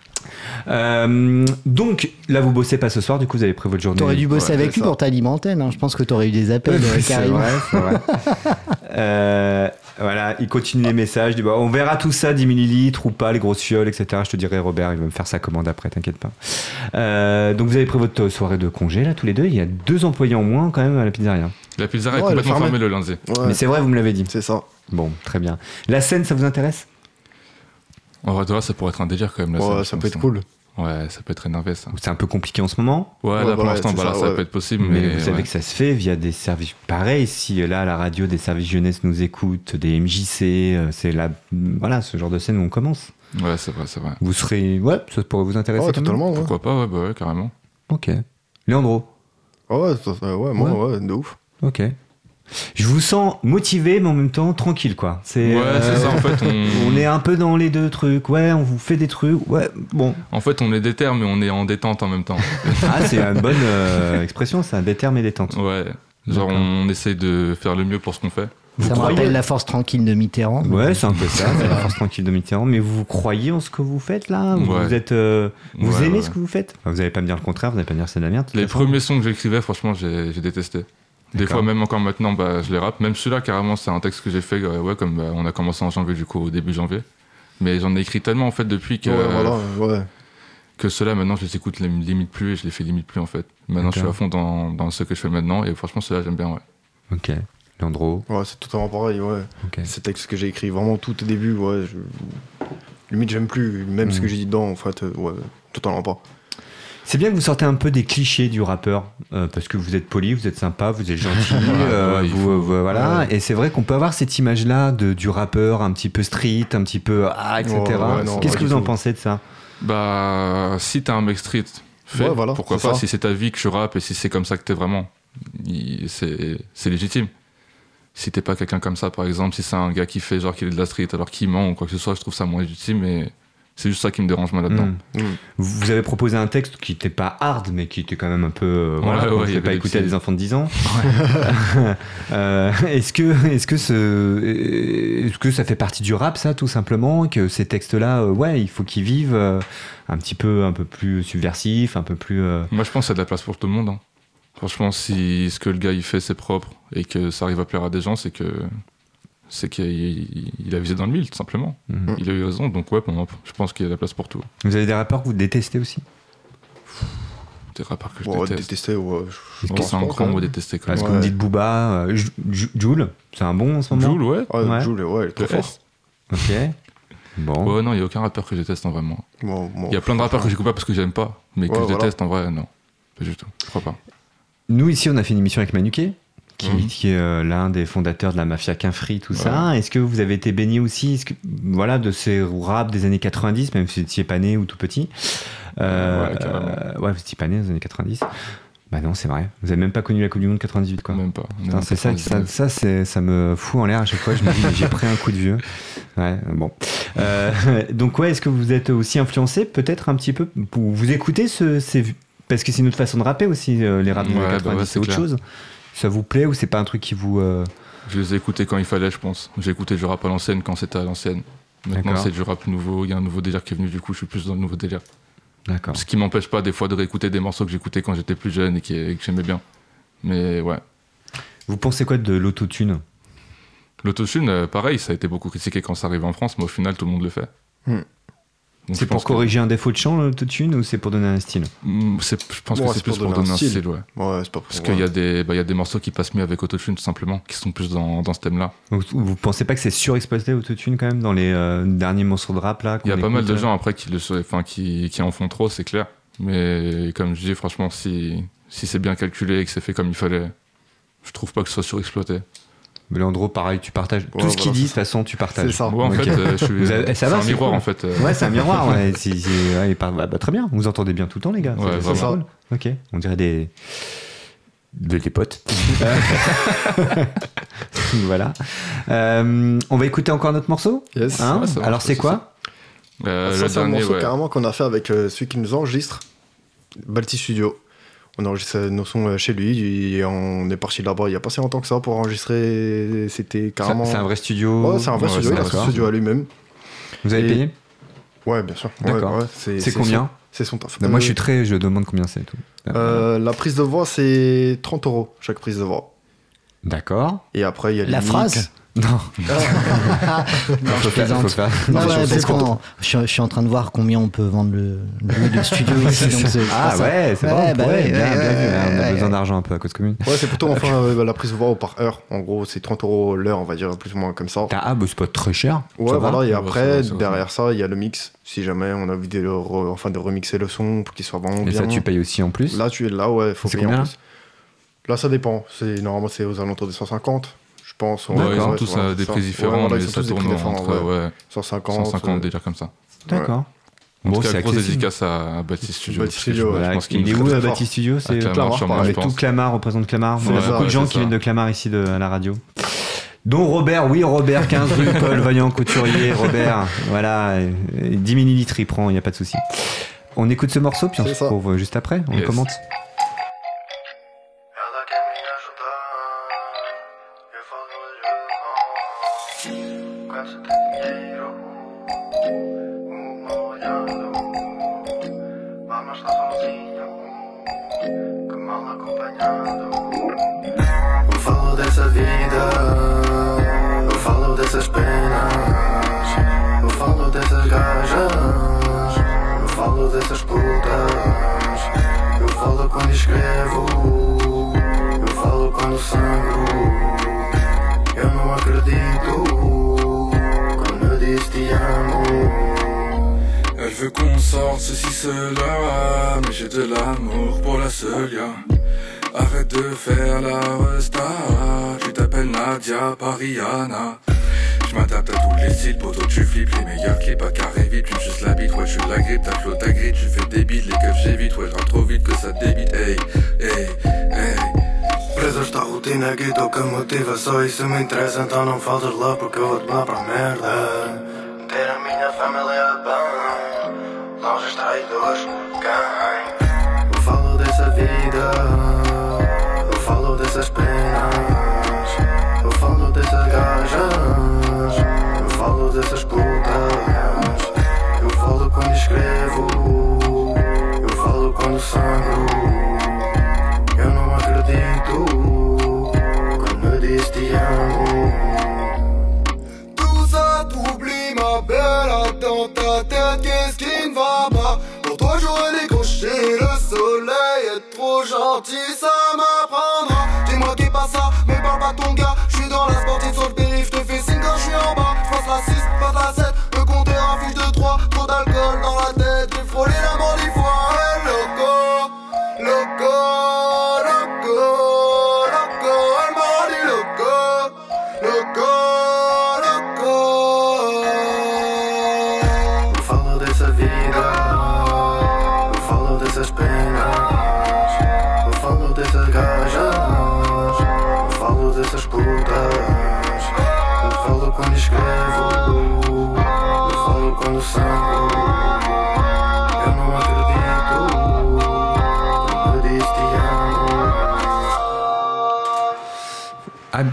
A: Donc là vous bossez pas ce soir, du coup vous avez pris votre journée.
F: T'aurais dû bosser
B: Ouais,
F: avec
B: c'est
F: lui
B: ça.
F: pour t'alimenter. Je pense que t'aurais eu des appels,
A: C'est
F: Karim.
A: vrai, c'est vrai. Voilà, il continue les messages, il dit, bah, on verra tout ça, 10 millilitres ou pas, les grosses fioles, etc. Je te dirai Robert, il va me faire sa commande après, t'inquiète pas. Donc vous avez pris votre soirée de congé là tous les deux, il y a 2 employés en moins quand même à la pizzeria.
B: La pizzeria est
C: Ouais, elle est
B: complètement
C: fermée.
B: fermée le lundi.
C: Ouais,
A: Mais c'est vrai, vous me l'avez dit.
C: c'est ça.
A: Bon, très bien. La scène, ça vous intéresse?
B: En vrai, de vrai, ça pourrait être un délire quand même. Là,
C: Ouais, ça peut être cool.
B: Ouais, ça peut être énervé ça.
A: C'est un peu compliqué en ce moment.
B: Ouais,
C: Ouais,
B: là pour
C: ouais,
B: l'instant,
C: c'est
B: bah, là,
C: ça,
B: ça
C: ouais.
B: peut être possible.
A: Mais
B: Mais
A: vous savez
B: ouais.
A: que ça se fait via des services pareils. Si là, à la radio, des services jeunesse nous écoutent, des MJC, c'est là, voilà, ce genre de scène où on commence.
B: Ouais, c'est vrai, c'est vrai.
A: Vous serez, ouais, ça pourrait vous intéresser.
C: Ouais,
A: quand même.
C: totalement. Ouais,
B: Pourquoi pas, ouais, bah ouais, carrément.
A: Ok. Leandro.
C: ouais, moi, ouais, de ouf.
A: Ok. Je vous sens motivé, mais en même temps tranquille, quoi.
B: Ouais, c'est ça, en fait,
A: On est un peu dans les deux trucs. Ouais, on vous fait des trucs. Ouais, bon.
B: En fait, on est déter, mais on est en détente en même temps.
A: Ah, c'est une bonne expression, ça. Déterme et détente.
B: Ouais, genre
A: D'accord.
B: on essaye de faire le mieux pour ce qu'on fait.
A: Vous
F: Ça me
A: croyez-
F: rappelle la force tranquille de Mitterrand.
A: Ouais, c'est un peu ça, c'est la force tranquille de Mitterrand. Mais vous croyez en ce que vous faites là? Vous
B: Ouais.
A: êtes, vous
B: Ouais,
A: aimez
B: ouais.
A: ce que vous faites? Enfin, vous n'allez pas me dire le contraire, vous n'allez pas me dire c'est de la merde. de toute
B: Les
A: façon.
B: premiers sons que j'écrivais, franchement, j'ai détesté. Des
A: D'accord.
B: fois, même encore maintenant, bah, je les rappe. Même celui-là, carrément, c'est un texte que j'ai fait, ouais, comme on a commencé en janvier, du coup, au début janvier. Mais j'en ai écrit tellement, en fait, depuis que,
C: Ouais, voilà, ouais.
B: que ceux-là, maintenant, je les écoute limite plus et je les fais limite plus, en fait. Maintenant, je suis
A: D'accord.
B: à fond dans ce que je fais maintenant et franchement, ceux-là, j'aime bien, ouais.
A: Ok. Leandro.
C: Ouais, c'est totalement pareil, ouais.
A: Ok.
C: Ces textes que j'ai écrits vraiment tout au début, ouais. Limite, j'aime plus. Même ce que j'ai dit dedans, en fait, ouais, totalement pas.
A: C'est bien que vous sortez un peu des clichés du rappeur, parce que vous êtes poli, vous êtes sympa, vous êtes gentil,
B: Ouais, il faut.
A: voilà.
C: Ouais.
A: Et c'est vrai qu'on peut avoir cette image-là du rappeur un petit peu street, un petit peu etc.
C: Ouais, non,
A: Qu'est-ce
C: pas
A: que
C: du
A: vous en
C: tout.
A: pensez de ça?
B: Bah, si t'es un mec street, fais,
C: Ouais, voilà,
B: pourquoi
C: c'est
B: pas.
C: ça.
B: Si c'est ta vie que tu rappes et si c'est comme ça que t'es vraiment, c'est légitime. Si t'es pas quelqu'un comme ça, par exemple, si c'est un gars qui fait genre qu'il est de la street alors qu'il ment ou quoi que ce soit, je trouve ça moins légitime, mais C'est juste ça qui me dérange moi là-dedans.
A: Vous avez proposé un texte qui n'était pas hard, mais qui était quand même un peu... voilà, on ne fait pas écouter à des enfants de 10 ans. Est-ce que ça fait partie du rap, ça, tout simplement, que ces textes-là, il faut qu'ils vivent un peu plus subversifs, un peu plus...
B: Moi, je pense qu'il y a de la place pour tout le monde. Hein. Franchement, si ce que le gars il fait, c'est propre et que ça arrive à plaire à des gens, c'est qu'il a visé dans le mille, tout simplement. Il a eu raison, donc je pense qu'il y a de la place pour tout.
A: Vous avez des rappeurs que vous détestez aussi?
B: Des rappeurs que je déteste.
C: Détester,
B: C'est un grand mot détester.
A: Parce que vous me dites Booba, Jul, c'est un bon en ce moment?
B: Jul, ouais.
C: Jul, il est très fort.
A: Ok. Bon.
B: Ouais, non, il n'y a aucun rappeur que je déteste en vrai, moi. Il y a plein de rappeurs que j'écoute pas parce que j'aime pas, mais que je déteste en vrai, non. Pas du tout, je crois pas.
A: Nous, ici, on a fait une émission avec Manuquet, qui est l'un des fondateurs de la mafia Quinfri, tout ça. Est-ce que vous avez été baigné aussi de ces rap des années 90, même si vous n'étiez pas né ou tout petit vous étiez pas né dans les années 90. Bah non, c'est vrai. Vous avez même pas connu la Coupe du Monde 98, quoi.
B: Même pas.
A: Putain, c'est ça me fout en l'air à chaque fois. Je me dis, mais j'ai pris un coup de vieux. Ouais, bon. Donc, est-ce que vous êtes aussi influencé, peut-être un petit peu, vous écoutez parce que c'est une autre façon de rapper aussi, les rap des années 90, c'est autre chose. Ça vous plaît ou c'est pas un truc qui vous...
B: Je les ai écoutés quand il fallait, je pense. J'ai écouté du rap à l'ancienne quand c'était à l'ancienne. Maintenant, c'est du rap nouveau. Il y a un nouveau délire qui est venu, du coup, je suis plus dans le nouveau délire.
A: D'accord.
B: Ce qui m'empêche pas des fois de réécouter des morceaux que j'écoutais quand j'étais plus jeune et que j'aimais bien. Mais ouais.
A: Vous pensez quoi de l'autotune?
B: L'autotune, pareil, ça a été beaucoup critiqué quand ça arrive en France, mais au final, tout le monde le fait.
A: Donc c'est pour corriger un défaut de chant, l'autotune, ou c'est pour donner un style?
B: Je pense que c'est plus pour donner un style, ouais.
C: C'est pas
B: parce qu'il y a des morceaux qui passent mieux avec autotune, tout simplement, qui sont plus dans ce thème-là.
A: Vous pensez pas que c'est surexploité, autotune, quand même, dans les derniers morceaux de rap, là?
B: Il y a pas mal de gens, après, qui en font trop, c'est clair. Mais comme je dis, franchement, si c'est bien calculé et que c'est fait comme il fallait, je trouve pas que ce soit surexploité.
A: Mais Leandro, pareil, tu partages tout ce qu'il dit, de toute façon, tu partages.
C: C'est ça.
B: Ouais, en fait, c'est un miroir,
A: cool.
B: en fait.
A: Ouais, c'est un miroir. Ouais. Il parle, très bien. Vous entendez bien tout le temps, les gars.
B: Ouais,
A: c'est
C: ça.
A: Cool. Ok. On dirait des potes. Voilà. On va écouter encore notre morceau.
C: Yes.
A: Alors, c'est quoi?
C: Ça, c'est un morceau carrément qu'on a fait avec celui qui nous enregistre, Balti Studio. On a enregistré nos sons chez lui et on est parti là-bas il n'y a pas si longtemps que ça pour enregistrer. C'était carrément.
A: C'est un vrai studio?
C: Ouais, c'est un vrai studio. Il a son studio à lui-même.
A: Vous avez payé?
C: Ouais, bien sûr.
A: D'accord. C'est combien?
C: C'est son taf.
A: Moi, je demande combien c'est et tout.
C: La prise de voix, c'est 30 € chaque prise de voix.
A: D'accord.
C: Et après, il y a les
F: La phrase?
A: Non.
F: Je plaisante. Je suis en train de voir combien on peut vendre le studio ici. Donc c'est
A: bon. Bien vu. On a besoin d'argent un peu à Cause Commune.
C: Ouais, c'est plutôt la prise de voix par heure. En gros, c'est 30 € l'heure, on va dire, plus ou moins comme ça.
A: C'est pas très cher.
C: Ouais, voilà. Et après, derrière ça, il y a le mix. Si jamais on a envie de remixer le son pour qu'il soit vraiment bien.
A: Et ça, tu payes aussi en plus?
C: Là, faut payer en plus. Là, ça dépend. Normalement, c'est aux alentours de 150. Je pense.
B: Ils ont tous des prix différents, mais ça tourne entre
C: 150,
B: des comme ça.
A: D'accord.
B: En tout cas, grosse dédicace à Baptiste Studio.
A: Je pense qu'il est où Baptiste Studio? C'est Clamart. Tout Clamart représente Clamart. Il y a beaucoup de gens qui viennent de Clamart ici à la radio. Dont Robert, 15 rue Paul Vaillant Couturier. Robert, voilà, 10 millilitres il prend, il n'y a pas de souci. On écoute ce morceau, puis on se retrouve juste après. On commente.
D: Elle veut qu'on sorte ceci, cela, mais j'ai de l'amour pour la seule, Arrête de faire la resta, tu t'appelles Nadia Pariana. Je m'adapte à tous les styles, poto tu flippes les meilleurs clips à carré vite, tu me juste la bite, ouais je suis la grippe, ta flotte ta grille, tu fais des beats, les keufs j'évite, ouais je rentre trop vite que ça débite, hey, hey, hey. Preso esta rotina guido que motiva só isso me interessa, então não faltas lá porque eu vou-te lá pra merda. Ter a minha família bem.
E: hoje, eu falo dessa vida, eu falo dessas penas, eu falo dessas gajas, eu falo dessas putas, eu falo quando escrevo, eu falo quando sangro, eu não acredito quando eu disse te amo.
G: Tout ça t'oublie ma belle, dans ta tête qu'est-ce qui ne va pas? Pour toi j'aurais décroché le soleil, être trop gentil ça m'apprendra. Dis-moi qui passe ça, mais parle pas ton gars. J'suis dans la sportive sur le périph', j'te fais signe quand j'suis en bas. J'passe la 6, pas la 7, me compter en fiche de 3. Trop d'alcool dans la tête, j'ai frôlé la mort 10 fois. Hey, loco, loco, loco, loco, elle m'a rendu loco, loco, loco.
E: Eu falo dessa vida, eu falo dessas penas, eu falo dessas gajas, eu falo dessas putas, eu falo quando escrevo, eu falo quando sangro, eu não acredito quando eu disse te amo.
A: Ah,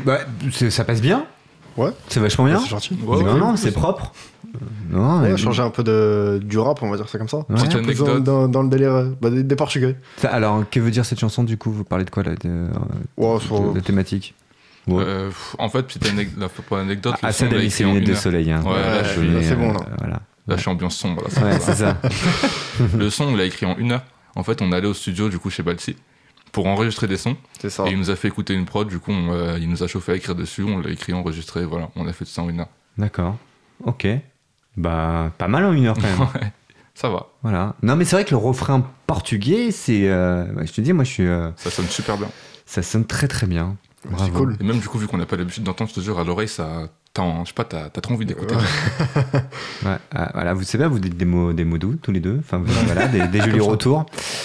A: ça passe bien.
C: Ouais,
A: C'est vachement bien.
C: c'est gentil.
B: Ouais,
A: non,
B: ouais,
A: non,
B: ouais,
A: c'est
B: ça.
A: propre. Non,
C: Ouais,
A: mais-
C: changer un peu du rap, on va dire ça comme ça.
A: Ouais.
B: Petite
C: Un peu
B: anecdote.
C: dans le délire des Portugais.
A: Alors, que veut dire cette chanson du coup? Vous parlez de quoi là,
C: Ouais, sur-
A: de thématique? Ouais.
B: En fait, petite anecdote, pour l'anecdote, le
A: Ah,
B: son,
A: ça
B: on l'a
A: a mis
B: écrit
A: ses
B: en
A: lunettes
B: une
A: de
B: heure.
A: soleil. Hein.
B: Ouais, là, je suis-
C: là, c'est bon, là.
A: Voilà.
B: Là, je suis ambiance sombre. Là,
A: Ouais, c'est ça.
B: Le son, on l'a écrit en 1 heure. En fait, on allait au studio, du coup, chez Balsi, pour enregistrer des sons.
C: C'est ça.
B: Et il nous a fait écouter une prod, du coup, il nous a chauffé à écrire dessus, on l'a écrit, enregistré, voilà, on a fait tout ça en 1 heure.
A: D'accord. Ok. Bah, pas mal en 1 heure quand même.
B: Ouais, ça va,
A: Voilà. Non, mais c'est vrai que le refrain portugais, c'est. Je te dis, moi, je suis.
B: ça sonne super bien.
A: Ça sonne très très bien.
C: C'est
A: Bravo.
C: cool.
B: Et même, du coup, vu qu'on n'a pas l'habitude d'entendre, je te jure, à l'oreille, ça. Je sais pas, t'as trop envie d'écouter.
A: Ouais, voilà, vous savez, vous dites des mots doux tous les deux. Enfin, voilà, des jolis retours.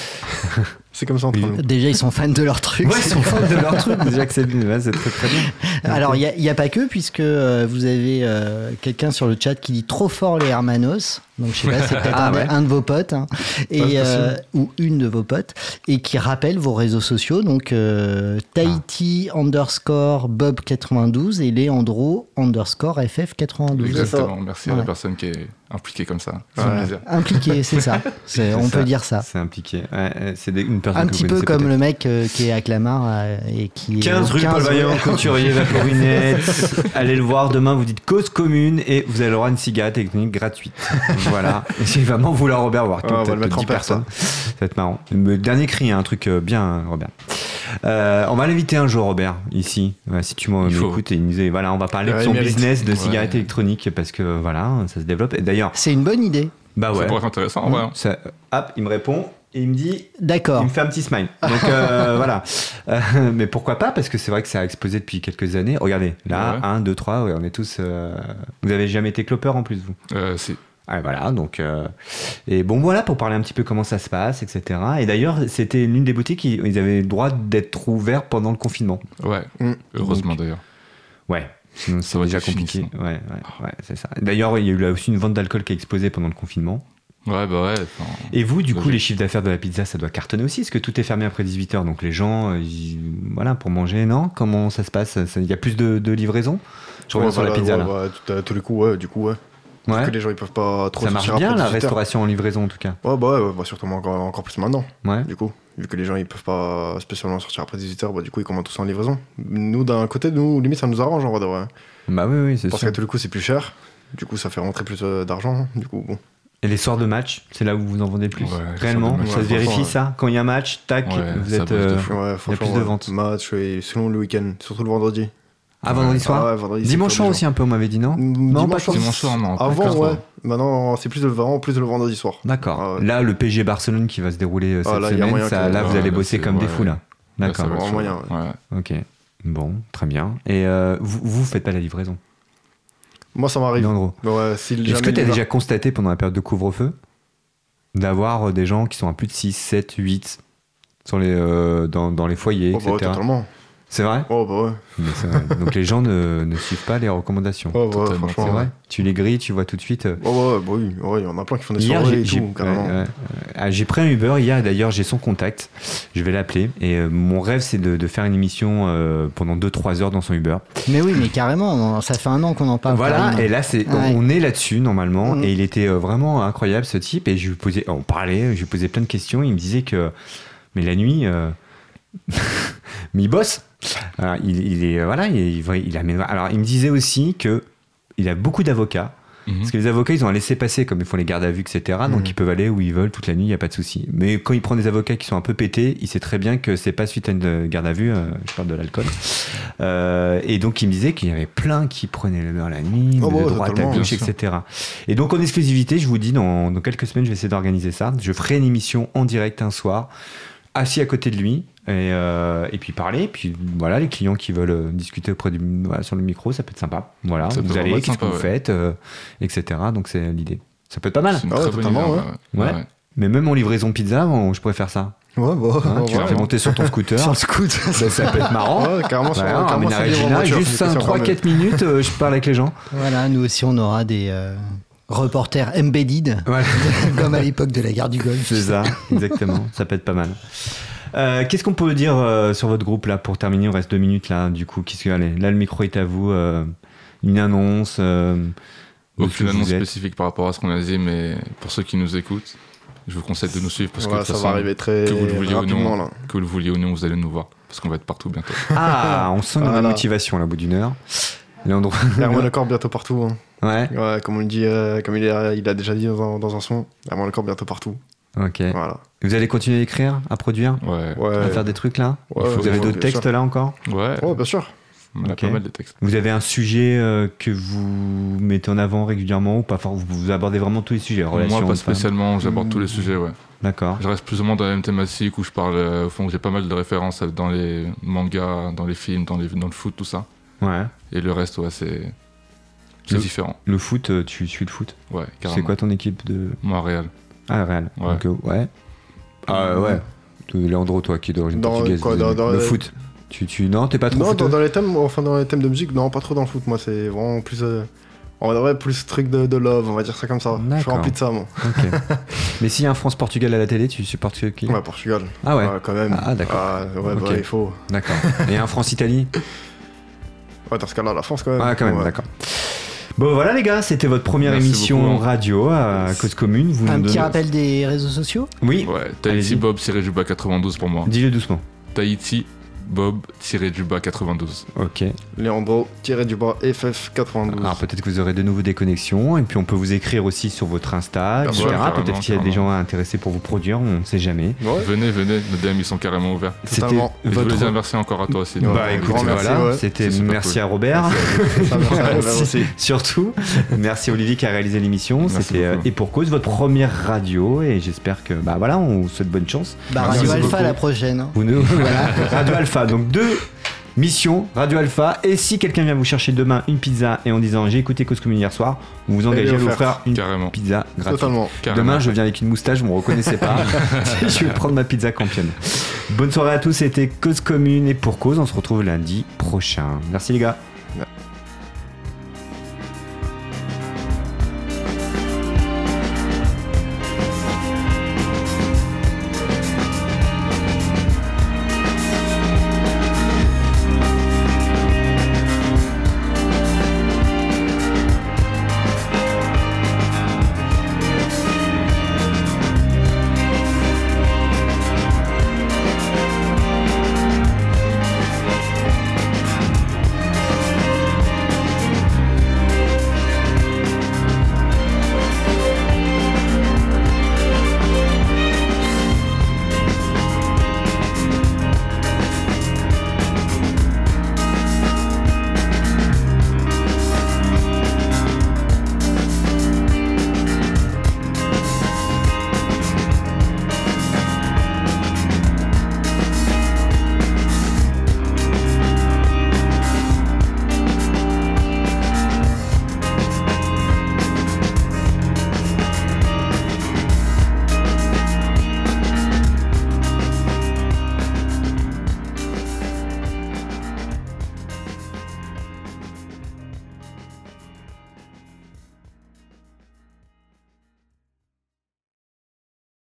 C: C'est comme ça entre nous.
F: Déjà, ils sont fans de leur truc.
A: Ouais, ils sont fans de leur truc. Déjà que c'est très très bien.
F: Alors, il n'y a pas que, puisque vous avez quelqu'un sur le chat qui dit trop fort les Hermanos. Donc, je sais pas, c'est peut-être
A: Ah, ouais.
F: un de vos potes, hein, et,
C: c'est possible.
F: ou une de vos potes, et qui rappelle vos réseaux sociaux. Donc, Tahiti _ Bob92 et Leandro _ FF92.
B: Exactement, merci à la
F: Ouais.
B: personne qui est impliquée comme ça. C'est
C: Ouais.
B: un plaisir.
F: Impliqué, c'est ça. On
A: ça.
F: peut dire ça.
A: C'est impliqué. Ouais, c'est une personne
F: Un
A: que
F: petit
A: vous
F: peu
A: connaissez
F: comme
A: peut-être.
F: le mec qui est à Clamart et qui est
A: 15 rue Paul Vaillant, couturier Vaporinette. Allez le voir demain, vous dites cause commune et vous avez le droit à une cigarette électronique gratuite. Voilà. Et j'ai vraiment voulu à Robert voir.
C: Ouais, on va le mettre en
A: 10
C: place,
A: personnes. Ça va être marrant. Le dernier cri, un truc bien, Robert. On va l'inviter un jour, Robert, ici. Ouais, si tu
B: Il faut.
A: m'écoutes et il nous disait, voilà, on va parler
C: Ouais,
A: de son
C: il mérite.
A: business de
B: Ouais.
A: cigarettes électroniques parce que voilà, ça se développe. Et d'ailleurs,
F: C'est une bonne idée.
A: bah
B: Ça
A: ouais.
B: pourrait être intéressant, ouais.
A: Ça, hop, il me répond et il me dit
F: D'accord.
A: il me fait un petit smile. Donc voilà. Mais pourquoi pas? Parce que c'est vrai que ça a explosé depuis quelques années. Regardez, là,
B: Ouais.
A: 1, 2, 3, ouais, on est tous. Vous avez jamais été clopeur en plus, vous?
B: Si.
A: Ah, voilà, donc. Et bon, voilà, pour parler un petit peu comment ça se passe, etc. Et d'ailleurs, c'était l'une des boutiques, ils avaient le droit d'être ouverts pendant le confinement.
B: Ouais,
C: Mm.
B: heureusement d'ailleurs.
A: Ouais. Sinon, c'est
B: aurait
A: déjà
B: été fini,
A: compliqué. Ouais, c'est ça. D'ailleurs, il y a eu là aussi une vente d'alcool qui a explosé pendant le confinement.
B: Ouais, bah ouais.
A: Et vous, du coup,
B: Logique.
A: les chiffres d'affaires de la pizza, ça doit cartonner aussi, parce que tout est fermé après 18h. Donc les gens, voilà, pour manger, non? Comment ça se passe? Il y a plus de livraison? Je reviens sur la pizza, là.
C: Ouais, tous les coups, ouais, du coup, ouais.
A: Ouais.
C: Parce que les gens, ils peuvent pas trop
A: Ça marche
C: sortir
A: bien,
C: après
A: la
C: 18 heures.
A: restauration en livraison, en tout cas.
C: Ouais, bah ouais, bah, surtout encore plus maintenant,
A: Ouais.
C: du coup. Vu que les gens, ils peuvent pas spécialement sortir après 18h, bah du coup, ils commandent tout ça en livraison. Nous, d'un côté, nous, limite, ça nous arrange, en vrai, de vrai.
A: Bah oui, c'est
C: Parce
A: sûr.
C: qu'à tous les coups, c'est plus cher. Du coup, ça fait rentrer plus d'argent. Du coup, bon.
A: Et les soirs de match, c'est là où vous en vendez le plus?
B: Ouais, les
A: Réellement?
B: soirs de match,
A: Ça se
C: ouais,
A: vérifie,
C: franchement,
A: ça? Quand il y a un match, tac,
B: Ouais,
A: vous
B: ça
A: êtes...
B: bouge de fou.
C: Ouais,
A: il y a
C: franchement,
A: plus de
C: ouais.
A: ventes.
C: Match, et selon le week-end, surtout le vendredi.
A: Ah, vendredi soir?
C: Ah ouais, vendredi, c'est
A: Dimanche
C: comme
A: soir
C: les
A: aussi un peu, on m'avait dit, non? Non, pas trop.
B: Dimanche soir, non.
C: Avant,
B: D'accord.
C: ouais. Maintenant, c'est plus vraiment plus le vendredi soir.
A: D'accord.
C: Ah ouais.
A: Là, le PSG Barcelone qui va se dérouler cette
C: là, il y a
A: semaine,
C: moyen
A: ça,
C: que-
A: là, vous
B: Ouais,
A: allez
B: là,
A: bosser
B: c'est-
A: comme des
B: ouais.
A: fous, là.
B: Là,
A: D'accord.
B: ça va être
C: En
B: chaud.
C: moyen,
B: Ouais.
A: Ok. Bon, très bien. Et vous faites pas la livraison?
C: Moi, ça m'arrive.
A: Leandro.
C: Ouais, si
A: Est-ce
C: jamais
A: que tu as
C: l'hiver-
A: déjà constaté pendant la période de couvre-feu d'avoir des gens qui sont à plus de 6, 7, 8 sur les, dans les foyers,
C: Oh, bah,
A: etc.
C: totalement.
A: C'est vrai?
C: Oh, bah ouais.
A: Mais c'est vrai. Donc les gens ne suivent pas les recommandations.
C: Oh, bah ouais,
B: Totalement.
C: franchement.
A: C'est vrai?
C: Ouais.
A: Tu les grilles, tu vois tout de suite.
C: Oh, ouais, bah oui. Ouais, il y en a plein qui font des
A: Hier,
C: soirées et
A: j'ai
C: tout, carrément.
A: j'ai pris un Uber hier, d'ailleurs j'ai son contact, je vais l'appeler et mon rêve c'est de faire une émission pendant 2-3 heures dans son Uber.
F: Mais oui, mais carrément, ça fait 1 an qu'on en parle.
A: Voilà,
F: carrément.
A: et là on est là-dessus normalement
F: Mhm.
A: et il était vraiment incroyable ce type et je lui posais, on parlait, je lui posais plein de questions, il me disait que mais la nuit, mais il bosse. Alors, alors il me disait aussi que il a beaucoup d'avocats. Parce que les avocats, ils ont un laissez-passer, comme ils font les gardes à vue, etc. Donc ils peuvent aller où ils veulent toute la nuit, il n'y a pas de souci. Mais quand il prend des avocats qui sont un peu pétés, il sait très bien que c'est pas suite à une garde à vue, je parle de l'alcool. Et donc il me disait qu'il y avait plein qui prenaient le beurre la nuit,
C: Oh,
A: de
C: ouais,
A: droite à
C: totalement,
A: gauche,
C: bien sûr.
A: etc. Et donc en exclusivité, je vous dis, dans quelques semaines, je vais essayer d'organiser ça. Je ferai une émission en direct un soir, assis à côté de lui. Et puis parler, puis voilà, les clients qui veulent discuter sur le micro, ça peut être sympa. Voilà,
B: Ça peut
A: vous allez,
B: vraiment être
A: qu'est-ce que
B: sympa,
A: vous
B: ouais.
A: faites, etc. Donc c'est l'idée. Ça peut être pas mal.
B: C'est une
C: Ah ouais,
B: très bonne
C: totalement,
B: idée.
C: ouais.
A: Ouais. Mais même en livraison pizza, je pourrais faire ça.
C: Ouais, bah
A: Hein, tu
C: ouais.
A: me fais monter sur ton scooter.
F: Sur le scoot.
A: Ben, ça peut être marrant.
C: Ouais, carrément,
A: Voilà, on
C: carrément,
A: ramène
C: ça vient en
A: Regina,
C: voiture,
A: juste
C: c'est
A: 3-4 minutes, je parle avec les gens.
F: Voilà, nous aussi, on aura des reporters embedded,
A: Voilà.
F: comme à l'époque de la guerre du Golfe.
A: C'est ça, exactement. Ça peut être pas mal. Qu'est-ce qu'on peut dire sur votre groupe là pour terminer? Il reste 2 minutes là. Du coup, allez, là le micro est à vous. Une annonce.
B: Aucune
A: où
B: annonce
A: vous êtes.
B: spécifique par rapport à ce qu'on a dit, mais pour ceux qui nous écoutent, je vous conseille de nous suivre parce que de
C: Ouais,
B: toute
C: ça
B: façon,
C: va arriver très
B: que vous le vouliez ou
C: rapidement,
B: non,
C: là.
B: que vous le vouliez ou non, vous allez nous voir parce qu'on va être partout bientôt.
A: Ah, on sent une
C: Voilà.
A: motivation là au bout d'une heure. Léandre.
C: Herman Lecor bientôt partout. Hein.
A: Ouais.
C: Ouais, comme on le dit, comme il a déjà dit dans un son, Herman Lecor bientôt partout.
A: Ok.
C: Voilà.
A: Vous allez continuer à écrire, à produire,
B: Ouais,
C: Ouais.
A: à faire des trucs là.
C: Ouais,
A: Vous avez
C: ouais,
A: d'autres
C: bien
A: textes
C: sûr.
A: là encore?
B: ouais,
C: Ouais, bien sûr.
B: on a
A: Ok.
B: pas mal de textes.
A: Vous avez un sujet que vous mettez en avant régulièrement ou pas? Enfin, vous abordez vraiment tous les sujets, relations.
B: Moi, pas
A: femmes.
B: spécialement, j'aborde tous les sujets, ouais.
A: D'accord.
B: Je reste plus ou moins dans la même thématique où je parle, au fond, j'ai pas mal de références dans les mangas, dans les films, dans le foot, tout ça.
A: Ouais.
B: Et le reste, ouais, c'est
A: Le-
B: différent.
A: Le foot, tu suis le foot.
B: Ouais, carrément.
A: C'est quoi ton équipe de.
B: Moi, Real.
A: Ah, le Real.
B: Ouais.
A: Donc, ouais. Ah, ouais. Leandro, toi qui est d'origine
C: Dans
A: portugaise.
C: quoi, dans
A: le
C: les-
A: foot. Non, t'es pas trop
C: Non,
A: footeux.
C: dans les thèmes, enfin dans les thèmes de musique, non, pas trop dans le foot. Moi, c'est vraiment plus, on va dire plus truc de love, on va dire ça comme ça. Je suis
A: D'accord.
C: rempli de ça, moi.
A: Ok. Mais s'il y a un France-Portugal à la télé, tu supportes qui?
C: Ouais, Portugal.
A: Ah ouais.
C: quand même.
A: Ah, d'accord.
C: Ouais,
A: Ok.
C: bah, il faut.
A: D'accord. Et un France-Italie?
C: Ouais, dans ce cas-là, la France quand même.
A: Ah, quand même,
C: Ouais.
A: d'accord. Bon, voilà les gars, c'était votre première
B: Merci
A: émission
B: beaucoup, hein.
A: radio à Cause Commune. Vous
F: Un
A: nous
F: petit
A: donnez-
F: rappel des réseaux sociaux.
A: Oui,
B: Ouais,
A: Allez-y.
B: Tahiti Bob Juba 92 pour moi.
A: dis-le doucement.
B: Tahiti Bob Juba 92.
A: Ok.
C: Leandro, tiré-du-bas, FF92.
A: Alors peut-être que vous aurez de nouveau des connexions et puis on peut vous écrire aussi sur votre Insta, etc.
B: ouais, carrément,
A: Peut-être qu'il y a des gens intéressés pour vous produire, on ne sait jamais.
C: Ouais,
B: Venez, nos DM ils sont carrément ouverts.
A: C'était
C: Totalement.
B: Et je voulais
A: votre...
B: dire merci encore à toi aussi.
C: Ouais,
A: Bah écoute,
C: grand merci,
A: voilà,
C: ouais.
A: c'était
B: C'est super
A: merci
B: cool.
A: à Robert.
C: ça merci à Robert aussi.
A: Surtout, merci à Olivier qui a réalisé l'émission.
B: Merci
A: C'était
B: beaucoup.
A: Et pour cause, votre première radio et j'espère que bah voilà, on vous souhaite bonne chance.
F: Bah,
B: Merci
F: Radio
B: beaucoup.
F: Alpha la prochaine. hein.
A: Vous ne... voilà, Radio Alpha. Donc 2 missions Radio Alpha. Et si quelqu'un vient vous chercher demain une pizza et en disant j'ai écouté Cause Commune hier soir, vous vous engagez à lui offrir une
B: Carrément.
A: pizza gratuite.
C: Totalement.
B: Carrément.
A: Demain, je viens avec une moustache, vous me reconnaissez pas. Je vais prendre ma pizza campionne. Bonne soirée à tous, c'était Cause Commune et pour cause, on se retrouve lundi prochain. Merci les gars.